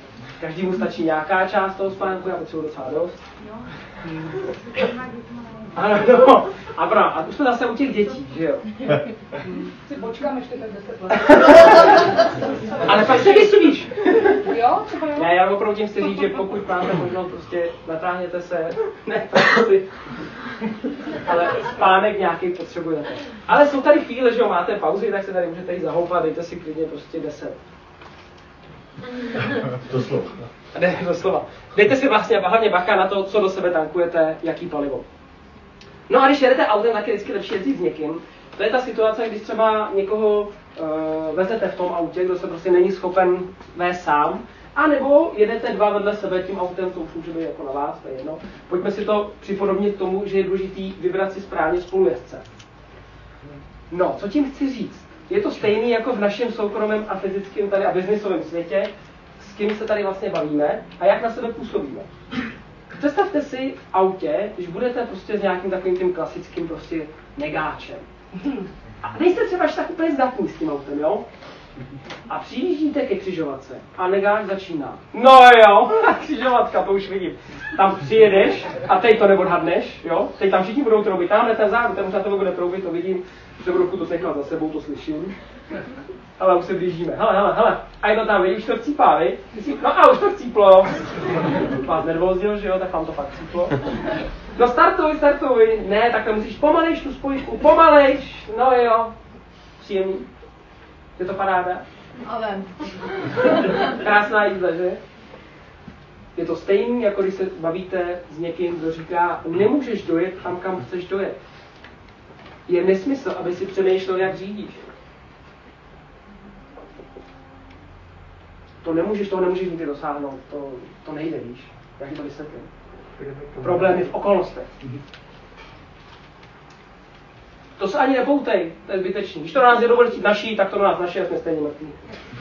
Každému stačí nějaká část toho spánku, já potřebuji docela dost. Ano, a už jsme zase u těch dětí, že jo? Si počkám ještě tak 10 let. Ale pak se vysvíš. Jo, třeba jo. Ne, já opravdu tím chci říct, že pokud máte možnost, prostě natáhněte se, ne, prostě, ale spánek nějaký potřebujete. Ale jsou tady chvíle, že jo, máte pauzy, tak se tady můžete jít zahoupat, dejte si klidně prostě 10. To slovo. Ne, doslova. Dejte si vlastně hlavně bacha na to, co do sebe tankujete, jaký palivo. No a když jedete autem, tak je vždycky lepší jezdit s někým. To je ta situace, když třeba někoho vezete v tom autě, kdo se prostě není schopen vést sám, a nebo jedete dva vedle sebe tím autem, to už může být jako na vás, to je jedno. Pojďme si to připodobnit k tomu, že je důležitý vybrat si správně spolujezdce. No, co tím chci říct? Je to stejný jako v našem soukromém a fyzickém tady a biznisovém světě, s kým se tady vlastně bavíme a jak na sebe působíme. Představte si v autě, když budete prostě s nějakým takovým tím klasickým prostě negáčem. A nejste třeba až tak úplně zdatní s tím autem, jo? A přijíždíte ke křižovatce a negáč začíná. No jo, křižovatka, to už vidím. Tam přijedeš a teď to neodhadneš, jo? Teď tam všichni budou troubit, tamhle ten zádu, ten už na tebe bude troubit, to vidím. Že budu to nechat za sebou, to slyším. Ale už se blížíme. Hele. A je to tam, už to chcípá, vy? No a už to chcíplo. Vás nervózil, že jo, tak vám to fakt chcíplo. No startuj. Ne, takhle musíš pomalejš tu spojičku, pomalejš. No jo. Příjemný. Je to paráda? Ale. Krásná jízda, že? Je to stejný, jako když se bavíte s někým, kdo říká, nemůžeš dojet tam, kam chceš dojet. Je nesmysl, aby si přemýšlel, jak řídíš. Toho nemůžeš nikdy dosáhnout, to nejde, víš, jak to vysvětlím. Problém je v okolnostech. To se ani nepoutej, to je zbytečný. Když to na nás je dovolit naší, tak to na nás naši, jsme stejně mrtví.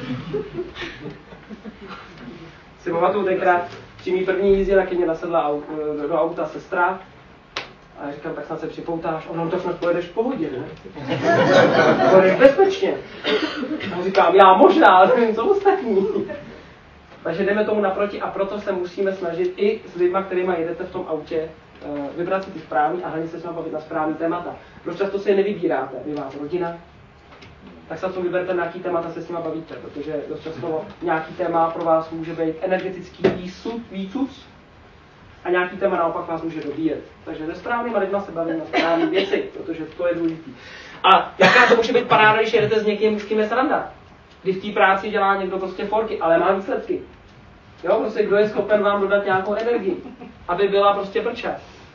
Si pamatuju tenkrát, při mý první jízdě, taky mě nasedla do auta sestra. A já říkám, tak snad se připoutáš, ono to snad pojedeš v pohodě, ne? Pojedeš bezpečně. A říkám, já možná, ale nevím, co ostatní. Takže jdeme tomu naproti a proto se musíme snažit i s lidma, kterýma jedete v tom autě, vybrat si ty správný a hlavně se s vámi bavit na správný témata. Dost často si je nevybíráte, vy vás rodina, tak se to vyberte na nějaký témata se s nima bavíte, protože dost často nějaký téma pro vás může být energetický výcuc, a nějaký téma naopak vás může dobíjet. Takže se správnýma lidma se bavím na správné věci, protože to je důležité. A jaká to může být paráda, když jedete s někým, s kým je sranda? Když v té práci dělá někdo prostě forky, ale má výsledky. Jo, prostě kdo je schopen vám dodat nějakou energii, aby byla prostě brča.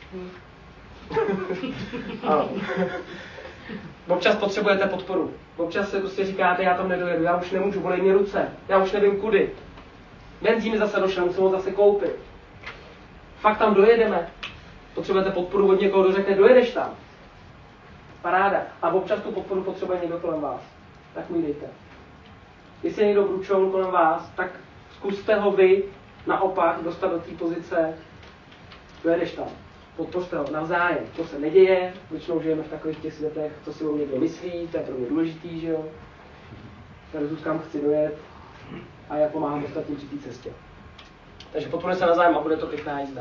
Občas potřebujete podporu. Občas se prostě říkáte, já tam nedojedu, já už nemůžu, bolej mě ruce, já už nevím kudy. Benzín mi zase došel, musím ho zase koupit. Fakt tam dojedeme. Potřebujete podporu od někoho, kdo řekne, dojedeš tam. Paráda. A občas tu podporu potřebuje někdo kolem vás. Tak mu ji dejte. Jestli je někdo bručoun kolem vás, tak zkuste ho vy naopak dostat do té pozice, dojedeš tam. Podpořte ho navzájem. To se neděje, většinou žijeme v takových těch světech, co si o někdo myslí, to je pro mě důležitý, že jo. Versus kam chci dojet a jak pomáhám ostatním při té cestě. Takže podporujeme se navzájem a bude to pěkná jízda.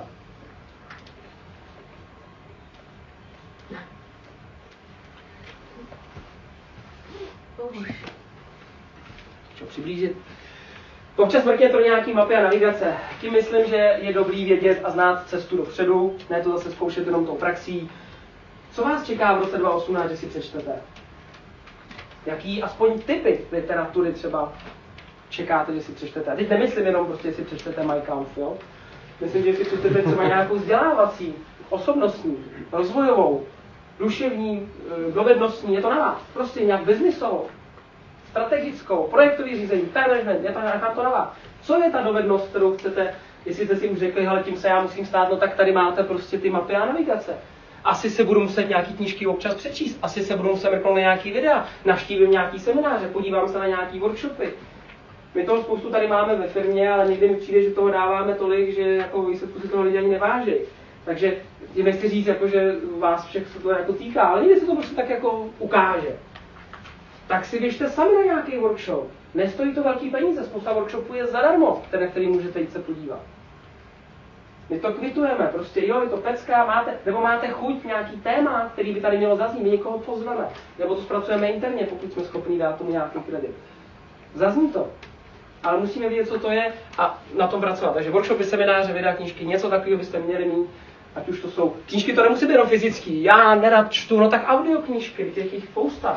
Co přiblížit? Občas mrkněte do nějaký mapy a navigace. Tím myslím, že je dobrý vědět a znát cestu dopředu, ne to zase zkoušet jenom tou praxí. Co vás čeká v roce 2018, že si přečtete? Jaký aspoň typy literatury třeba čekáte, že si přečtete? A teď nemyslím jenom prostě, že si přečtete Mein Kampf, jo? Myslím, že si přečtete třeba nějakou vzdělávací, osobnostní, rozvojovou, duševní, dovednostní, je to na vás. Prostě nějak biznisovou, strategickou, projektový řízení, management, je to na vás. Co je ta dovednost, kterou chcete, jestli jste si už řekli, hele, tím se já musím stát, no tak tady máte prostě ty mapy a navigace. Asi se budu muset nějaký knížky občas přečíst, asi se budu muset mrknout na nějaký videa, navštívím nějaký semináře, podívám se na nějaký workshopy. My toho spoustu tady máme ve firmě, ale někdy mi přijde, že toho dáváme tolik, že jako výsledku si toho lidi ani neváží. Takže tím nechci říct, jako, že vás všech se to jako týká, ale někdy se to prostě tak jako ukáže. Tak si běžte sami na nějaký workshop. Nestojí to velký peníze, spousta workshopů je zadarmo, na který můžete jít se podívat. My to kvitujeme, prostě jo, je to pecka, máte chuť nějaký téma, který by tady mělo zaznít, my někoho pozveme, nebo to zpracujeme interně, pokud jsme schopni dát tomu nějaký kredit. Zazní to. Ale musíme vědět, co to je a na tom pracovat. Takže workshopy, semináře, videa, knížky, něco takového byste měli mít, ať už to jsou. Knížky to nemusí být jenom fyzický, já nerad čtu, no tak audioknížky, těch jich spousta.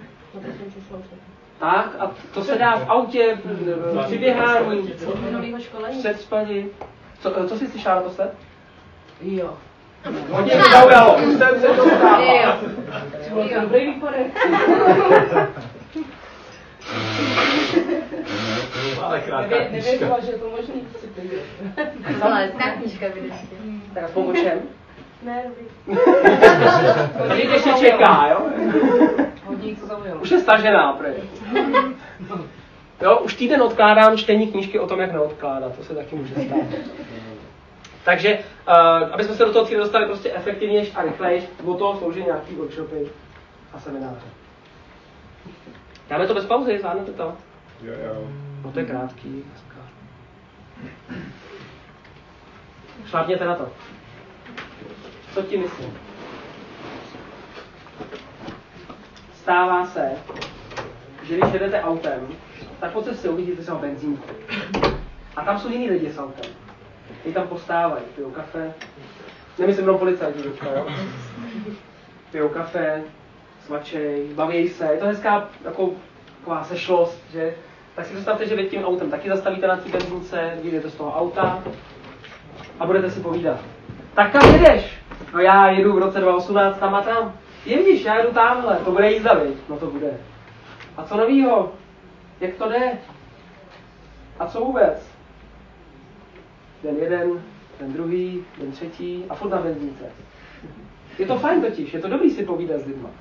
Tak a to se dá v autě, při běhání, před spaní. Co jsi slyšela na to se? Jo. Hodně mi zaujalo, už jsem se to stává. Jo. Dobrý výpadek. Ale krátká knížka. Nevěděla, že je to možný. Ale ta knížka vydrží. Tak aspoň o čem? Ne, dobrý. Někde se čeká, jo? Hodně jich to zaujalo. Už je stažená, prej. Jo, už týden odkládám čtení knížky o tom, jak neodkládat, to se taky může stát. Takže, aby jsme se do toho cíle dostali prostě efektivnější a rychlejší, do toho slouží nějaký workshopy a semináře. Dáme to bez pauzy, zvládnete to? Jo. No to je krátký. Šlápněte na to. Co ti myslím? Stává se, že když jedete autem, tak po cestě uvidíte třeba benzínku. A tam jsou jiní lidi s autem. Ty tam postávají, pijou kafe. Nemyslím jenom policajti, jo? Pijou kafe, svačej, baví se. Je to hezká taková sešlost, že? Tak si představte, že vy tím autem taky zastavíte na té benzínce, vyjdete z toho auta a budete si povídat. Tak kam jedeš? No já jedu v roce 2018 tam a tam. Je vidíš, já jedu tamhle, to bude jízda, viď? No to bude. A co novýho? Jak to jde? A co vůbec? Den jeden, den druhý, den třetí a furt na benzínce. Je to fajn totiž, je to dobrý si povídat s lidma.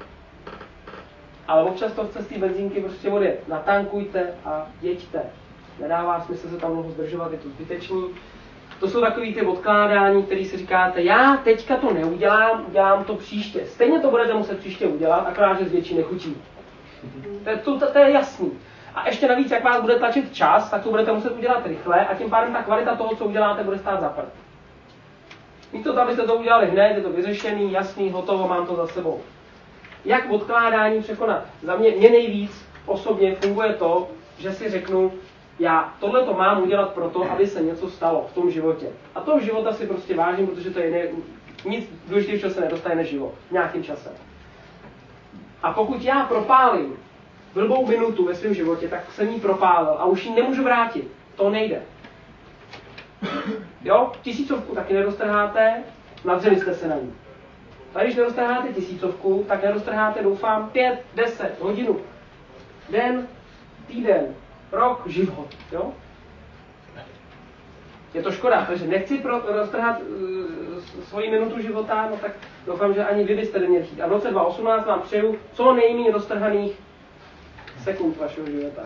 Ale občas to chce z té benzínky prostě odjet. Natankujte a jeďte. Nedává smysl se tam dlouho zdržovat, je to zbytečný. To jsou takový ty odkládání, který si říkáte, já teďka to neudělám, udělám to příště. Stejně to budete muset příště udělat, akorát, že z větší nechutí. To je jasný. A ještě navíc, jak vás bude tlačit čas, tak to budete muset udělat rychle a tím pádem ta kvalita toho, co uděláte, bude stát za prd. Místo toho, abyste to udělali hned, je to vyřešený, jasný, hotovo, mám to za sebou. Jak odkládání překonat? Za mě nejvíc osobně funguje to, že si řeknu, já tohle to mám udělat proto, aby se něco stalo v tom životě. A toho života si prostě vážím, protože to je nic důležitějšího se nedostane než život v nějakém čase. A pokud já propálím blbou minutu ve svém životě, tak jsem ji propálil a už ji nemůžu vrátit. To nejde. Jo? 1000 taky neroztrháte, nadřeli jste se na ní. A když neroztrháte 1000, tak neroztrháte, doufám, 5, 10, hodinu, den, týden, rok, život. Jo? Je to škoda, takže nechci roztrhat svoji minutu života, no tak doufám, že ani vy byste neměli chtít. A v roce 2018 vám přeju co nejméně roztrhaných sekund vašeho života.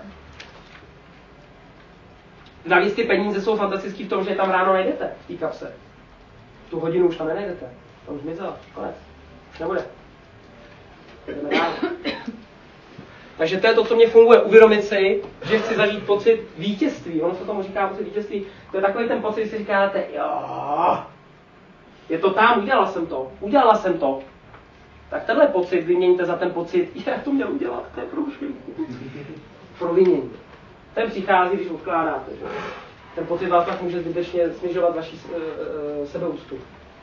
Navíc ty peníze jsou fantastický v tom, že je tam ráno najdete v té kapse. Tu hodinu už tam nenajdete. To už zmizela. Konec. Už nebude. Jdeme dál. Takže to je to, co mě funguje. Uvědomit si, že chci zažít pocit vítězství. Ono se tomu říká pocit vítězství. To je takový ten pocit, že si říkáte, jo, je to tam, udělala jsem to. Tak tenhle pocit vyměníte za ten pocit, já to měl udělat, to je průšvih. Provinění. Ten přichází, když odkládáte. Že? Ten pocit vás tak může zbytečně snižovat vaši sebeúctu.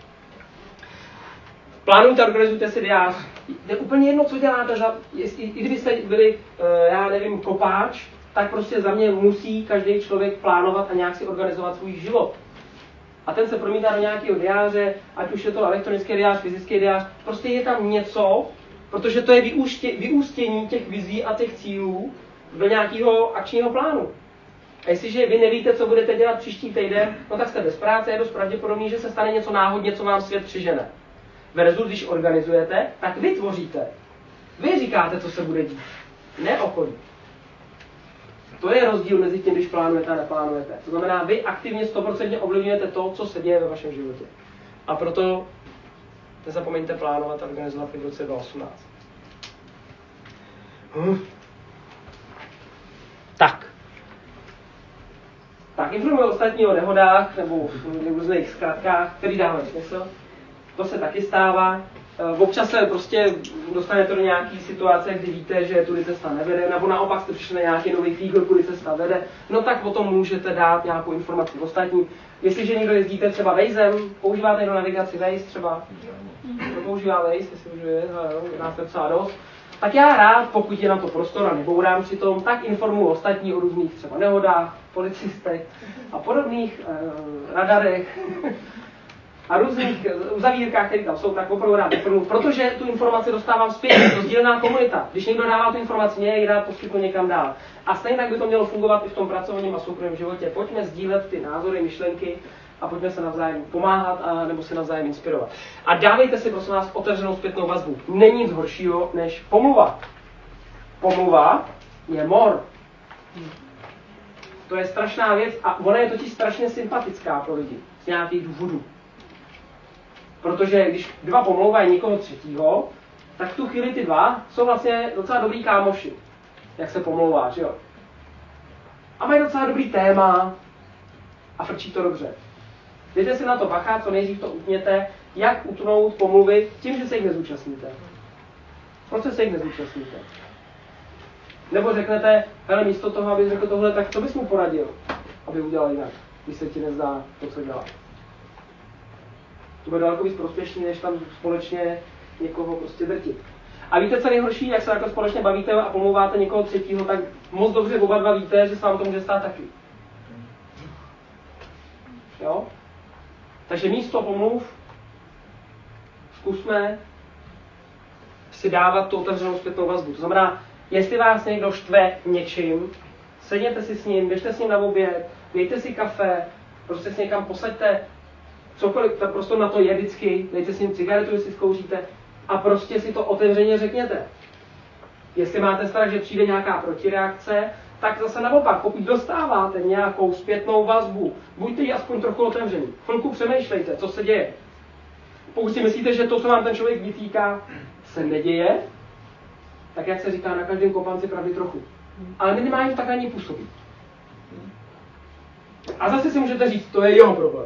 Plánujte, organizujte si diář. Je úplně jedno, co děláte. I kdybyste byli, já nevím, kopáč, tak prostě za mě musí každý člověk plánovat a nějak si organizovat svůj život. A ten se promítá do nějakého diáře, ať už je to elektronický diář, fyzický diář. Prostě je tam něco, protože to je vyústění těch vizí a těch cílů do nějakého akčního plánu. A jestliže vy nevíte, co budete dělat příští týden, no tak jste bez práce, je dost pravděpodobný, že se stane něco náhodně, co vám svět přižene. Versus, když organizujete, tak vy tvoříte. Vy říkáte, co se bude dít. Ne okolí. To je rozdíl mezi tím, když plánujete a neplánujete. To znamená, vy aktivně 100% ovlivňujete to, co se děje ve vašem životě. A proto nezapomeňte plánovat a organizovat i v roce 2018. Tak nehodách. Informuji ostatní o nehodách nebo různých zkratkách, který dávají smysl. To se taky stává. Občas se prostě dostanete do nějaké situace, kdy víte, že tudy cesta nevede, nebo naopak jste přišli na nějaký nový fígl, kudy cesta vede, no tak o tom můžete dát nějakou informaci ostatním. Jestliže někdo jezdíte třeba Waze, používáte někdo navigaci Waze třeba, kdo používá Waze, jestli už je, nás to docela dost, tak já rád, pokud je na to prostor a nebourám přitom, tak informuji ostatní o různých třeba nehodách, policistech a podobných radarech a různých uzavírkách, které tam jsou, tak opravdu rád informuji, protože tu informaci dostávám zpět, je to sdílená komunita. Když někdo dává tu informaci, mě ji rád poskytnu někam dál. A stejně tak by to mělo fungovat i v tom pracovním a soukromém životě. Pojďme sdílet ty názory, myšlenky a pojďme se navzájem pomáhat a nebo se navzájem inspirovat. A dávejte si prosím vás otevřenou zpětnou vazbu. Není nic horšího než pomluva. Pomluva je mor. To je strašná věc a ona je totiž strašně sympatická pro lidi z nějakých důvodů. Protože když dva pomlouvají někoho třetího, tak v tu chvíli ty dva jsou vlastně docela dobrý kámoši, jak se pomlouvá, že jo? A mají docela dobrý téma a frčí to dobře. Dejte si na to bacha, co nejdřív to utněte, jak utnout pomluvy tím, že se jich nezúčastníte. Proč se jich nezúčastníte? Nebo řeknete, hele, místo toho, aby řekl tohle, tak co bys mu poradil, aby udělal jinak, když se ti nezdá to, co dělá. To bude daleko víc prospěšný, než tam společně někoho prostě drtit. A víte, co je nejhorší, jak se takhle společně bavíte a pomlouváte někoho třetího, tak moc dobře oba dva víte, že se vám to může stát taky. Jo? Takže místo pomluv zkusme si dávat tu otevřenou zpětnou vazbu. To znamená, jestli vás někdo štve něčím, sedněte si s ním, běžte s ním na oběd, dejte si kafe, prostě si někam posaďte, cokoliv, tak prostě na to je vždycky, dejte si ním cigaretu, jestli zkouříte a prostě si to otevřeně řekněte. Jestli máte strach, že přijde nějaká protireakce, tak zase naopak, pokud dostáváte nějakou zpětnou vazbu, buďte ji aspoň trochu otevřený. Chvilku přemýšlejte, co se děje. Pokud si myslíte, že to, co vám ten člověk vytýká, se neděje, tak jak se říká, na každém kopanci pravdy trochu. Ale minimálně tak na ní působí. A zase si můžete říct, to je jeho problém.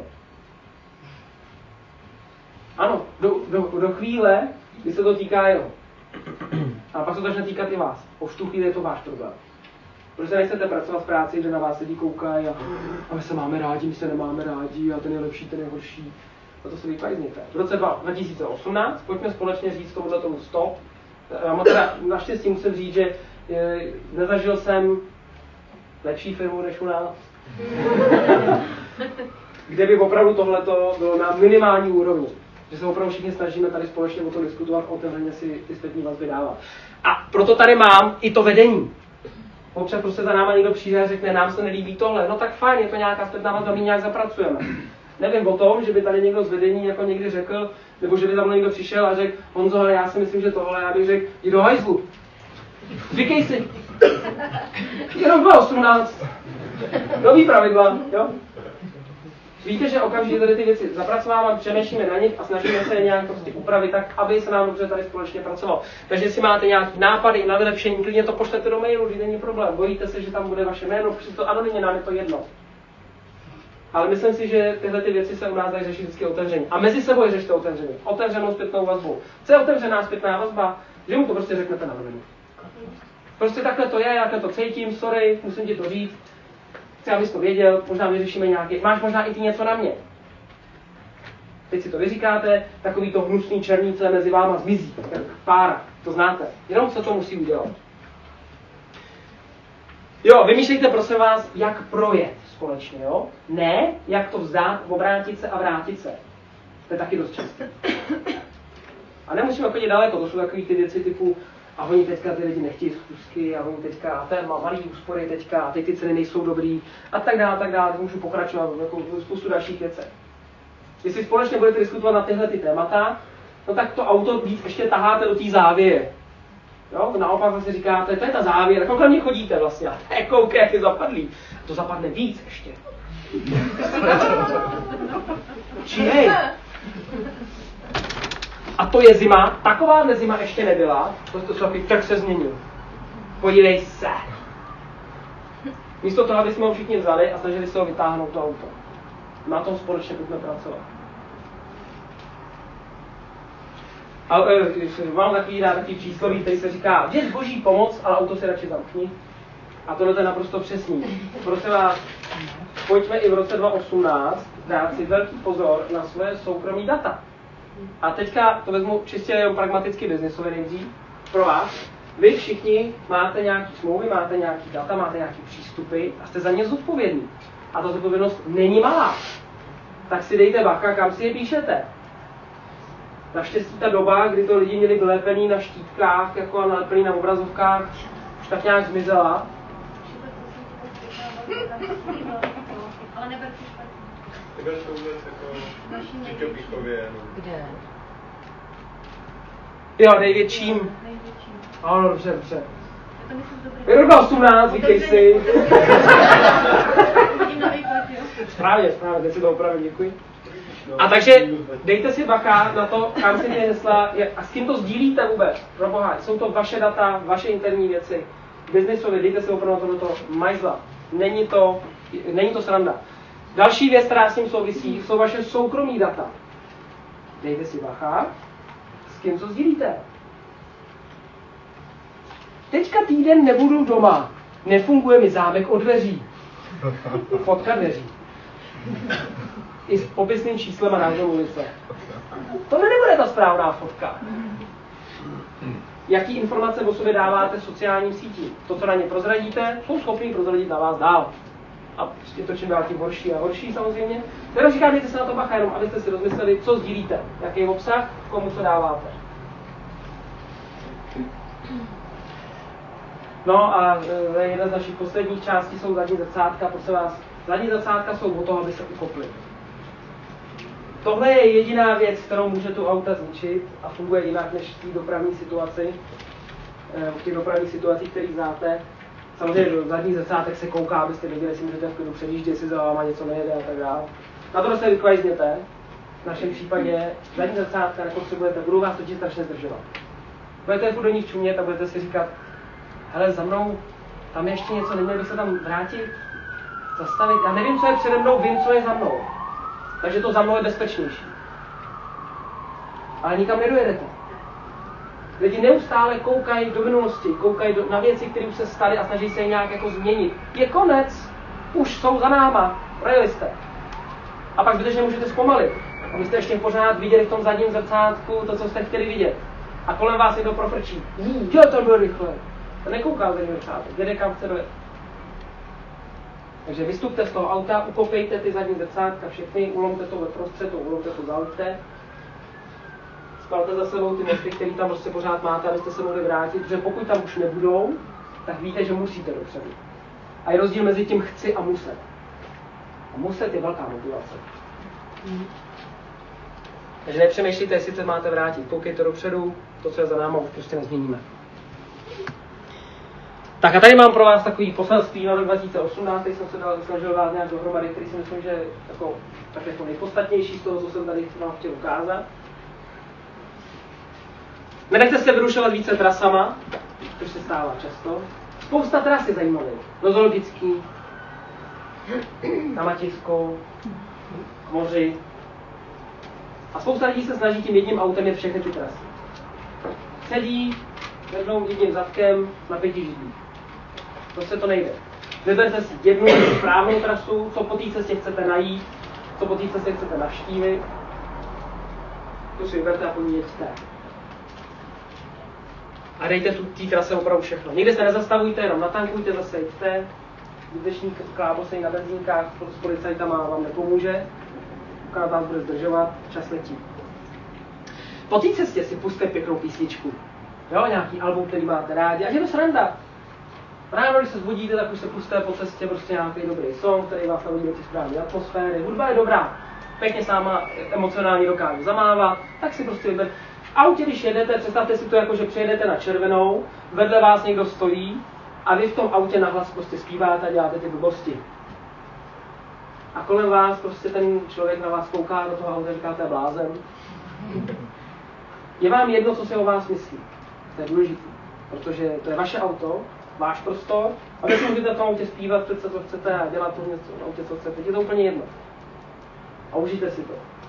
Ano, do chvíle, kdy se to týká jeho. A pak se to začne týkat i vás. Už v tu chvíli je to váš problém. Protože nechcete pracovat v práci, že na vás sedí koukají a my se máme rádi, my se nemáme rádi a ten je lepší, ten je horší. A to se vypajzněte. V roce 2018 pojďme společně říct tomu stop. Teda naštěstí musím říct, že nezažil jsem lepší firmu než u nás. Kde by opravdu tohleto bylo na minimální úrovni. Že se opravdu všichni snažíme tady společně o tom diskutovat, otevřeně si ty zpětní vazby dávat. A proto tady mám i to vedení. Občas prostě za náma někdo přijde a řekne, nám se nelíbí tohle, no tak fajn, je to nějaká zpětná vazba, my nějak zapracujeme. Nevím o tom, že by tady někdo z vedení jako někdy řekl, nebo že by tam někdo přišel a řekl, Honzo, ale já si myslím, že tohle, já bych řekl, jdi do hajzlu. Říkej si. Jenom 2018. Nový pravidla, jo? Víte, že okamžitě tady ty věci zapracováváme, přemýšlíme na nich a snažíme se je nějak prostě upravit tak, aby se nám dobře tady společně pracovalo. Takže jestli máte nějaké nápady na vylepšení, klidně to pošlete do mailu, když není problém. Bojíte se, že tam bude vaše jméno, protože to anonymně, nám je to jedno. Ale myslím si, že tyhle ty věci se u nás dají řešit vždycky otevřeně. A mezi sebou je řešte otevřeně. Otevřenou zpětnou vazbu. Co je otevřená zpětná vazba? Že mu to prostě řeknete na rovinu. Prostě takhle to je, já to cítím, sorry, musím ti to říct. Chci, abys to věděl, možná vyřešíme nějaký, máš možná i ty něco na mě. Teď si to vyříkáte, takový to hnusný černice mezi váma zmizí, tak pára, to znáte. Jenom se to musí udělat. Jo, vymýšlejte prosím vás, jak projet společně, jo? Ne, jak to vzdát, obrátit se a vrátit se. To je taky dost časté. A nemusíme chodit daleko, to jsou takové ty věci typu a oni teďka ty lidi nechtějí schůzky, a oni teďka, a ten má malý úspory teďka, a teď ty ceny nejsou dobrý, a tak dále, můžu pokračovat jako spoustu dalších věcí. Jestli společně budete diskutovat na tyhle ty témata, no tak to auto víc ještě taháte do té závěje. Jo? Naopak zase říkáte, to je ta závěr, kolem mě chodíte vlastně, a koukej, jak je zapadlý. A to zapadne víc ještě. Čihej. A to je zima, takováhle zima ještě nebyla, to tak se změnil. Podívej se. Místo toho, aby jsme ho všichni vzali a snažili se ho vytáhnout to auto. Na tom společně pojďme pracovat. A mám takový přísloví, který se říká, jdi boží pomoc, ale auto si radši zamkni. A tohle je naprosto přesný. Prosím vás, pojďme i v roce 2018 dát si velký pozor na svoje soukromí data. A teďka to vezmu čistě jenom pragmaticky biznisově nejdřív pro vás. Vy všichni máte nějaké smlouvy, máte nějaké data, máte nějaké přístupy a jste za ně zodpovědní. A ta zodpovědnost není malá. Tak si dejte bacha, kam si je píšete. Naštěstí ta doba, kdy to lidi měli vylepený na štítkách jako a nalepený na obrazovkách, už tak nějak zmizela. Ale neber si špatně. Neber to vůbec jako v Píchově. Kde? Jo, největším. Největší. Ano, dobře. To myslím dobrý. Je rok 18, vykej si. Vidím na výklad, jo. Správně, teď si to opravdu děkuji. A takže dejte si bacha na to, kam si mě nesla a s kým to sdílíte vůbec. Pro boha, jsou to vaše data, vaše interní věci. Biznisově, dejte si opravdu do toho majzla. Není to sranda. Další věc, která s tím souvisí, jsou vaše soukromí data. Dejte si bacha, s kým to sdílíte. Teďka týden nebudu doma. Nefunguje mi zámek od dveří. Fotka dveří. I s popisným číslem a názvem ulice. Tohle nebude ta správná fotka. Jaký informace o sobě dáváte sociálním sítím? To, co na ně prozradíte, jsou schopní prozradit na vás dál. A prostě to čím dál tím horší a horší samozřejmě. Teda říkám, dejte se na to bacha, jenom abyste si rozmysleli, co sdílíte, jaký je obsah, komu co dáváte. No a jedna z našich posledních částí jsou zadní zrcátka, prosím vás. Zadní zrcátka jsou o toho, aby se ukoply. Tohle je jediná věc, kterou může tu auta zničit a funguje jinak než v té dopravní situaci. V těch dopravních situacích, které znáte. Samozřejmě do zadních zrcátek se kouká, abyste věděli, jestli můžete v klidu předjíždět, jestli za váma něco nejede a tak dále. Na to se vyklajzněte. V našem případě zadní zrcátka nepotřebujete, budou vás totiž strašně zdržovat. Budete do nich čumět a budete si říkat, hele, za mnou, tam ještě něco, neměl bych se tam vrátit, zastavit. Já nevím, co je přede mnou, vím, co je za mnou. Takže to za mnou je bezpečnější. Ale nikam nedojedete. Lidi neustále koukají do minulosti, koukají na věci, které už se staly a snaží se je nějak jako změnit. Je konec, už jsou za náma, projeli jste. A pak zbytečně můžete zpomalit, abyste ještě pořád viděli v tom zadním zrcátku to, co jste chtěli vidět. A kolem vás někdo profrčí. Jo, to bylo rychle. To nekouká zadní zrcátek, jede kam chce dojet. Takže vystupte z toho auta, ukopejte ty zadní zrcátka všechny, ulomte to ve prostřed, ulomte to zalíte. Spalte za sebou ty mosty, které tam prostě pořád máte, abyste se mohli vrátit, protože pokud tam už nebudou, tak víte, že musíte dopředu. A je rozdíl mezi tím chci a muset. A muset je velká motivace. Takže nepřemýšlíte, jestli se máte vrátit, koukejte dopředu, to, co je za náma, už prostě nezměníme. Tak a tady mám pro vás takový poselství na rok 2018, který jsem se snažil dát nějak dohromady, který si myslím, že je jako nejpodstatnější z toho, co jsem tady vám chtěl ukázat. Nenechte se vyrušovat více trasama, což se stává často. Spousta tras je zajímavých. Do zoologický, na Matějskou, k moři. A spousta lidí se snaží tím jedním autem jet všechny ty trasy. Sedí jednou jedním zadkem na 5 židlích. Prostě to nejde. Vyberte si jednu správnou trasu, co po té cestě chcete najít, co po té cestě chcete navštívit. Tu si vyberte a po ní jeďte. A dejte tu té trase opravdu všechno. Nikde se nezastavujte, jenom natankujte, zase jeďte. Zbytečný klábosej na benzínkách s policajtama vám nepomůže. Akorát vás bude zdržovat, čas letí. Po té cestě si pusťte pěknou písničku. Jo, nějaký album, který máte rádi. A je to sranda. Ráno, když se zbudíte, tak už se pustíte po cestě prostě nějaký dobrý song, který vás navodí do té správné atmosféry. Hudba je dobrá. Pěkně s náma emocionálně dokáže zamávat, tak si prostě vyberte. V autě, když jedete, představte si to jako, že přijedete na červenou, vedle vás někdo stojí a vy v tom autě nahlas prostě zpíváte a děláte ty blbosti. A kolem vás prostě ten člověk na vás kouká do toho auta a říká, to je blázen. Je vám jedno, co si o vás myslí. To je důležité, protože to je vaše auto váš prostor a vy si můžete v tom autě zpívat, přece co chcete a dělat to něco na autě, co chcete. Je to úplně jedno. A užijte si to.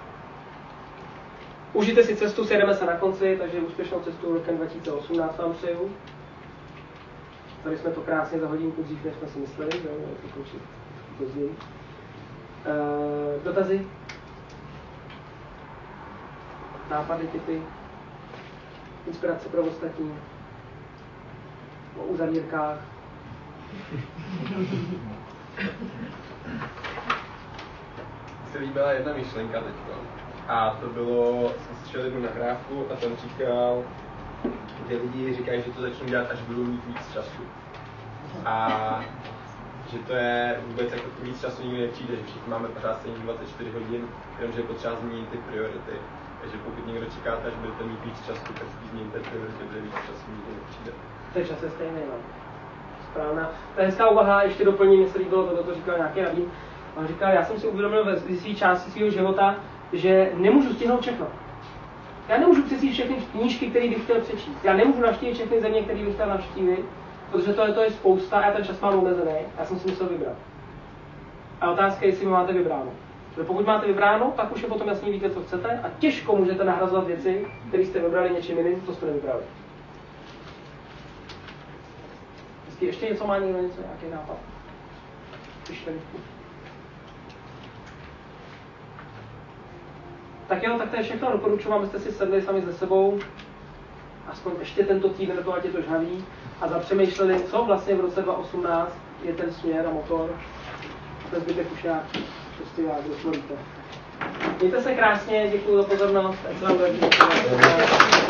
Užijte si cestu, sjedeme se na konci, takže úspěšnou cestu rokem 2018 vám přeju. Tady jsme to krásně za hodinku dřív, než jsme si mysleli, že jo, to končit později. Dotazy? Nápady, tipy? Inspirace pro ostatní? O uzavírkách? Se líbila jedna myšlenka teďko. A to bylo, jsem slyšel jednu nahrávku a tam říkal, že lidi říkají, že to začnou dělat, až budou mít víc času. A že to je vůbec jako víc času nikdy nepřijde, že všichni máme pořád stejně 24 hodin, jenomže je potřeba změnit ty priority. Takže pokud někdo čekáte, až budete mít víc času, tak si změníte priority, bude víc času nikdy nepřijde. Ten čas je stejný, no. Správná. To je hezká úvaha, ještě doplním, mně se líbilo, to říkal nějaký rabín. On říkal, já jsem si uvědomil ve své části svého života, že nemůžu stihnout všechno. Já nemůžu přečíst všechny knížky, které bych chtěl přečíst. Já nemůžu navštívit všechny země, které bych chtěl navštívit, protože to je spousta a já ten čas mám omezený. Já jsem si musel vybrat. A otázka je, jestli máte vybráno. Protože pokud máte vybráno, tak už je potom jasně víte, co chcete a těžko můžete nahrazovat věci, které jste vybrali něčím jiným, co jste nevybrali. Ještě něco má někdo, nějaký nápad? Myšlenku. Tak jo, tak to je všechno. Doporučuji vám, abyste si sedli sami se sebou, aspoň ještě tento týden, to ať je to žhavý, a zapřemýšleli, co vlastně v roce 2018 je ten směr a motor. A ten zbytek už já prostě já doslovíte. Mějte se krásně, děkuji za pozornost, ať se vám daří.